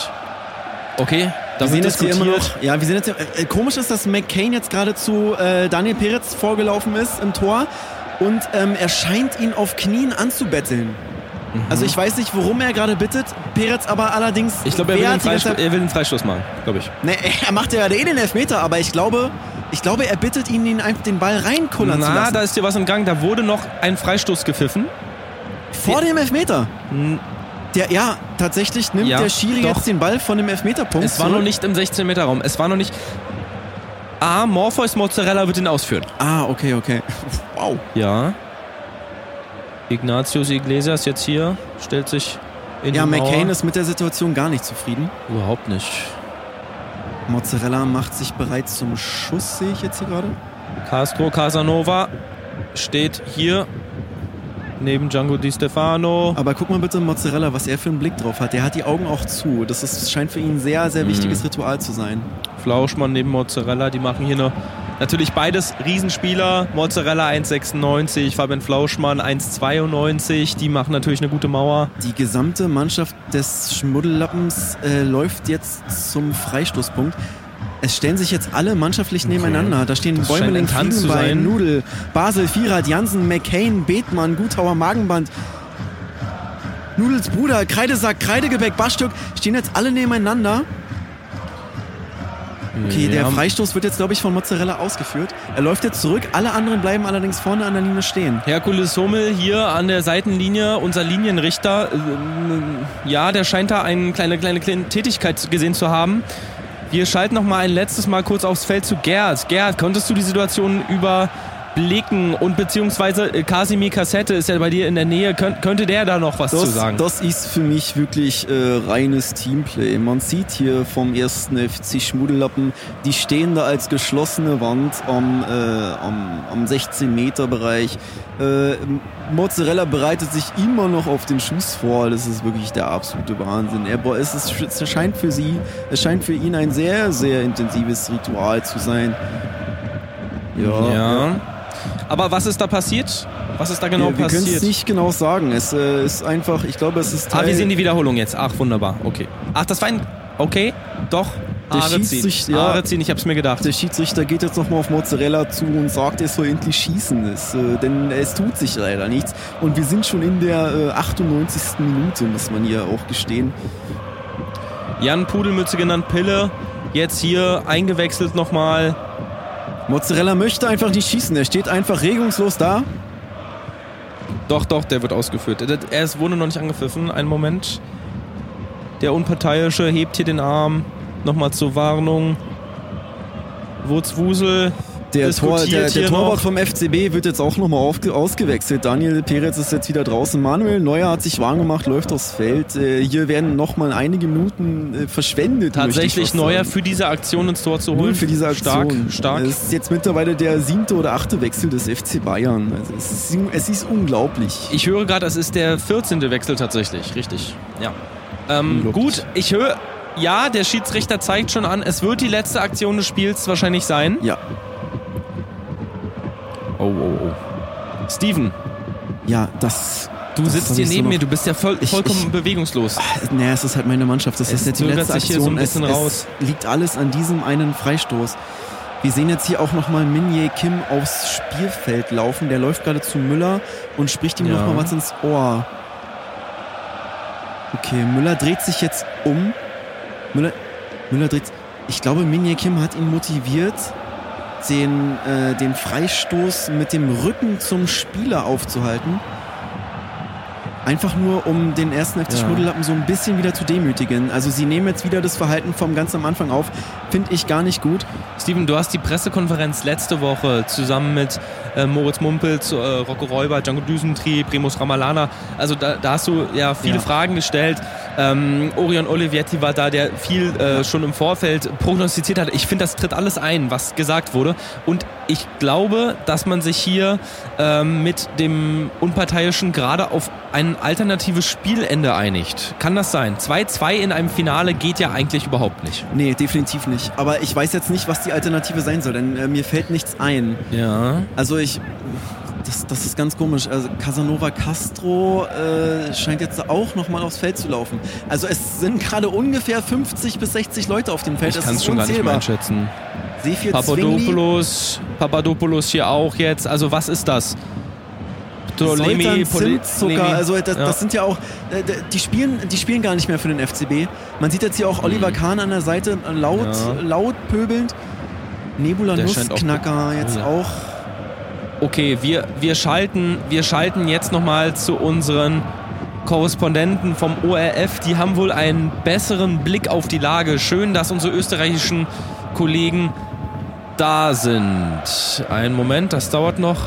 Okay, da wird diskutiert. Wir sehen jetzt komisch ist, dass McCain jetzt gerade zu Daniel Peretz vorgelaufen ist im Tor und er scheint ihn auf Knien anzubetteln. Also ich weiß nicht, worum er gerade bittet. Peretz aber allerdings... Ich glaube, er will einen Freistoß machen, glaube ich. Ne, er macht ja den Elfmeter, aber ich glaube, er bittet ihn einfach den Ball reinkullern zu lassen. Da ist dir was im Gang. Da wurde noch ein Freistoß gepfiffen. Vor dem Elfmeter? Tatsächlich nimmt der Schiri jetzt den Ball von dem Elfmeterpunkt. Es war noch nicht im 16-Meter-Raum. Es war noch nicht... Morpheus Mozzarella wird ihn ausführen. Okay. Wow. Ja. Ignatius Iglesias jetzt hier, stellt sich in die Mauer. McCain ist mit der Situation gar nicht zufrieden. Überhaupt nicht. Mozzarella macht sich bereit zum Schuss, sehe ich jetzt hier gerade. Castro Casanova steht hier neben Django Di Stefano. Aber guck mal bitte Mozzarella, was er für einen Blick drauf hat. Der hat die Augen auch zu. Das scheint für ihn ein sehr, sehr wichtiges Ritual zu sein. Flauschmann neben Mozzarella, die machen hier natürlich beides Riesenspieler. Mozzarella 1,96, Fabian Flauschmann 1,92. Die machen natürlich eine gute Mauer. Die gesamte Mannschaft des Schmuddellappens läuft jetzt zum Freistoßpunkt. Es stellen sich jetzt alle mannschaftlich nebeneinander. Da stehen Bäumeling, Fliegenbein, Nudel, Basel, Vierat, Jansen, McCain, Bethmann, Gutauer, Magenband, Nudels Bruder, Kreidesack, Kreidegebäck, Baschstück. Stehen jetzt alle nebeneinander. Okay, der Freistoß wird jetzt, glaube ich, von Mozzarella ausgeführt. Er läuft jetzt zurück, alle anderen bleiben allerdings vorne an der Linie stehen. Herkules Hummel hier an der Seitenlinie, unser Linienrichter. Der scheint da eine kleine Tätigkeit gesehen zu haben. Wir schalten noch mal ein letztes Mal kurz aufs Feld zu Gerd. Gerd, konntest du die Situation über blicken und beziehungsweise Kasimir Kassette ist ja bei dir in der Nähe. Könnte der da noch was zu sagen? Das ist für mich wirklich reines Teamplay. Man sieht hier vom 1. FC Schmuddellappen, die stehen da als geschlossene Wand am 16-Meter-Bereich. Mozzarella bereitet sich immer noch auf den Schuss vor. Das ist wirklich der absolute Wahnsinn. Es scheint für ihn ein sehr, sehr intensives Ritual zu sein. Ja. Aber was ist da passiert? Was ist da genau wir passiert? Wir können es nicht genau sagen. Es ist einfach, ich glaube, es ist Teil... wir sehen die Wiederholung jetzt. Ach, wunderbar. Okay. Ach, das war ein... Okay, doch. Arezin, ich hab's mir gedacht. Der Schiedsrichter geht jetzt nochmal auf Mozzarella zu und sagt, er soll endlich schießen. Denn es tut sich leider nichts. Und wir sind schon in der 98. Minute, muss man hier auch gestehen. Jan Pudelmütze genannt Pille. Jetzt hier eingewechselt nochmal. Mozzarella möchte einfach nicht schießen. Er steht einfach regungslos da. Doch, der wird ausgeführt. Er wurde noch nicht angepfiffen. Einen Moment. Der Unparteiische hebt hier den Arm. Nochmal zur Warnung. Wurzwusel. Der Torwart vom FCB wird jetzt auch nochmal ausgewechselt. Daniel Perez ist jetzt wieder draußen. Manuel Neuer hat sich warm gemacht, läuft aufs Feld. Hier werden nochmal einige Minuten verschwendet. Tatsächlich Neuer für diese Aktion ins Tor zu holen. Nur für diese Aktion. Stark. Es ist jetzt mittlerweile der 7. oder 8. Wechsel des FC Bayern. Also es ist unglaublich. Ich höre gerade, es ist der 14. Wechsel tatsächlich. Richtig. Ja. Gut, ich höre... Ja, der Schiedsrichter zeigt schon an, es wird die letzte Aktion des Spiels wahrscheinlich sein. Ja. Oh. Steven. Ja, Du sitzt hier neben mir, du bist ja vollkommen bewegungslos. Naja, es ist halt meine Mannschaft, das ist jetzt die letzte Aktion. Hier so ein bisschen raus. Es liegt alles an diesem einen Freistoß. Wir sehen jetzt hier auch nochmal Min-Jae Kim aufs Spielfeld laufen. Der läuft gerade zu Müller und spricht ihm nochmal was ins Ohr. Okay, Müller dreht sich jetzt um. Müller dreht. Ich glaube, Min-Jae Kim hat ihn motiviert, den Freistoß mit dem Rücken zum Spieler aufzuhalten. Einfach nur, um den 1. FC Schmuddellappen so ein bisschen wieder zu demütigen. Also sie nehmen jetzt wieder das Verhalten vom ganz am Anfang auf. Finde ich gar nicht gut. Steven, du hast die Pressekonferenz letzte Woche zusammen mit Moritz Mumpels, Rocco Räuber, Django Düsentri, Primus Ramalana. Also da hast du ja viele Fragen gestellt. Orion Olivetti war da, der viel schon im Vorfeld prognostiziert hat. Ich finde, das tritt alles ein, was gesagt wurde. Und ich glaube, dass man sich hier mit dem Unparteiischen gerade auf ein alternatives Spielende einigt. Kann das sein? 2-2 in einem Finale geht ja eigentlich überhaupt nicht. Nee, definitiv nicht. Aber ich weiß jetzt nicht, was die Alternative sein soll, denn mir fällt nichts ein. Ja. Also das ist ganz komisch. Also Casanova Castro scheint jetzt auch nochmal aufs Feld zu laufen. Also es sind gerade ungefähr 50 bis 60 Leute auf dem Feld. Ich kann es schon gar nicht mehr einschätzen. Sefir Papadopoulos hier auch jetzt. Also was ist das? Sogar, also das sind ja auch, die spielen gar nicht mehr für den FCB. Man sieht jetzt hier auch Oliver Kahn an der Seite, laut pöbelnd. Nebula Nussknacker jetzt auch. Okay, wir schalten jetzt nochmal zu unseren Korrespondenten vom ORF. Die haben wohl einen besseren Blick auf die Lage. Schön, dass unsere österreichischen Kollegen da sind. Einen Moment, das dauert noch.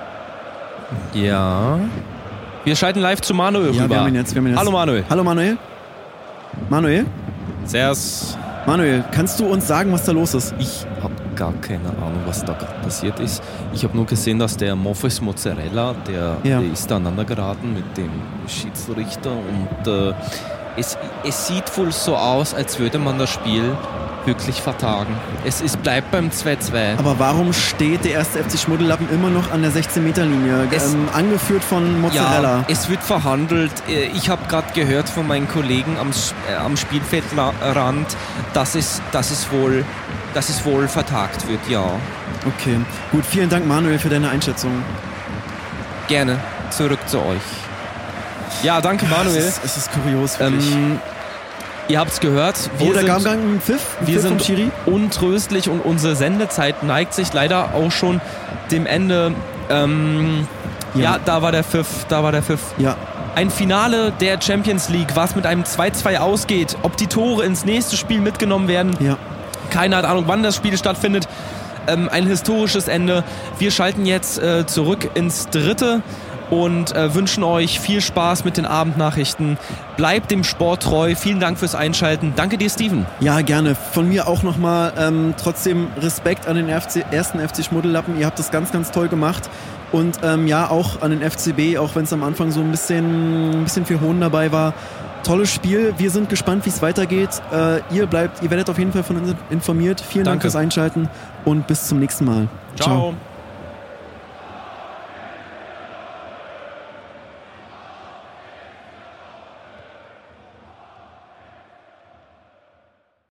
Ja. Wir schalten live zu Manuel rüber. Wir haben ihn jetzt. Hallo Manuel. Hallo Manuel. Manuel? Servus. Manuel, kannst du uns sagen, was da los ist? Ich habe gar keine Ahnung, was da gerade passiert ist. Ich habe nur gesehen, dass der Mofis Mozzarella, der ist da aneinander geraten mit dem Schiedsrichter und es sieht wohl so aus, als würde man das Spiel wirklich vertagen. Es bleibt beim 2-2. Aber warum steht der 1. FC Schmuddellappen immer noch an der 16-Meter-Linie, angeführt von Mozzarella? Ja, es wird verhandelt. Ich habe gerade gehört von meinen Kollegen am Spielfeldrand, dass es wohl vertagt wird, ja. Okay, gut. Vielen Dank, Manuel, für deine Einschätzung. Gerne. Zurück zu euch. Ja, danke, Manuel. Es ist kurios, wirklich. Ihr habt's gehört. Wir sind vom Schiri. Untröstlich und unsere Sendezeit neigt sich leider auch schon dem Ende. Da war der Pfiff. Ja. Ein Finale der Champions League, was mit einem 2-2 ausgeht. Ob die Tore ins nächste Spiel mitgenommen werden. Ja. Keiner hat Ahnung, wann das Spiel stattfindet. ein historisches Ende. Wir schalten jetzt zurück ins Dritte und wünschen euch viel Spaß mit den Abendnachrichten. Bleibt dem Sport treu. Vielen Dank fürs Einschalten. Danke dir, Steven. Ja, gerne. Von mir auch nochmal trotzdem Respekt an den ersten FC Schmuddellappen. Ihr habt das ganz, ganz toll gemacht. Und auch an den FCB, auch wenn es am Anfang so ein bisschen viel Hohn dabei war. Tolles Spiel. Wir sind gespannt, wie es weitergeht. Ihr werdet auf jeden Fall von uns informiert. Vielen Dank fürs Einschalten und bis zum nächsten Mal. Ciao.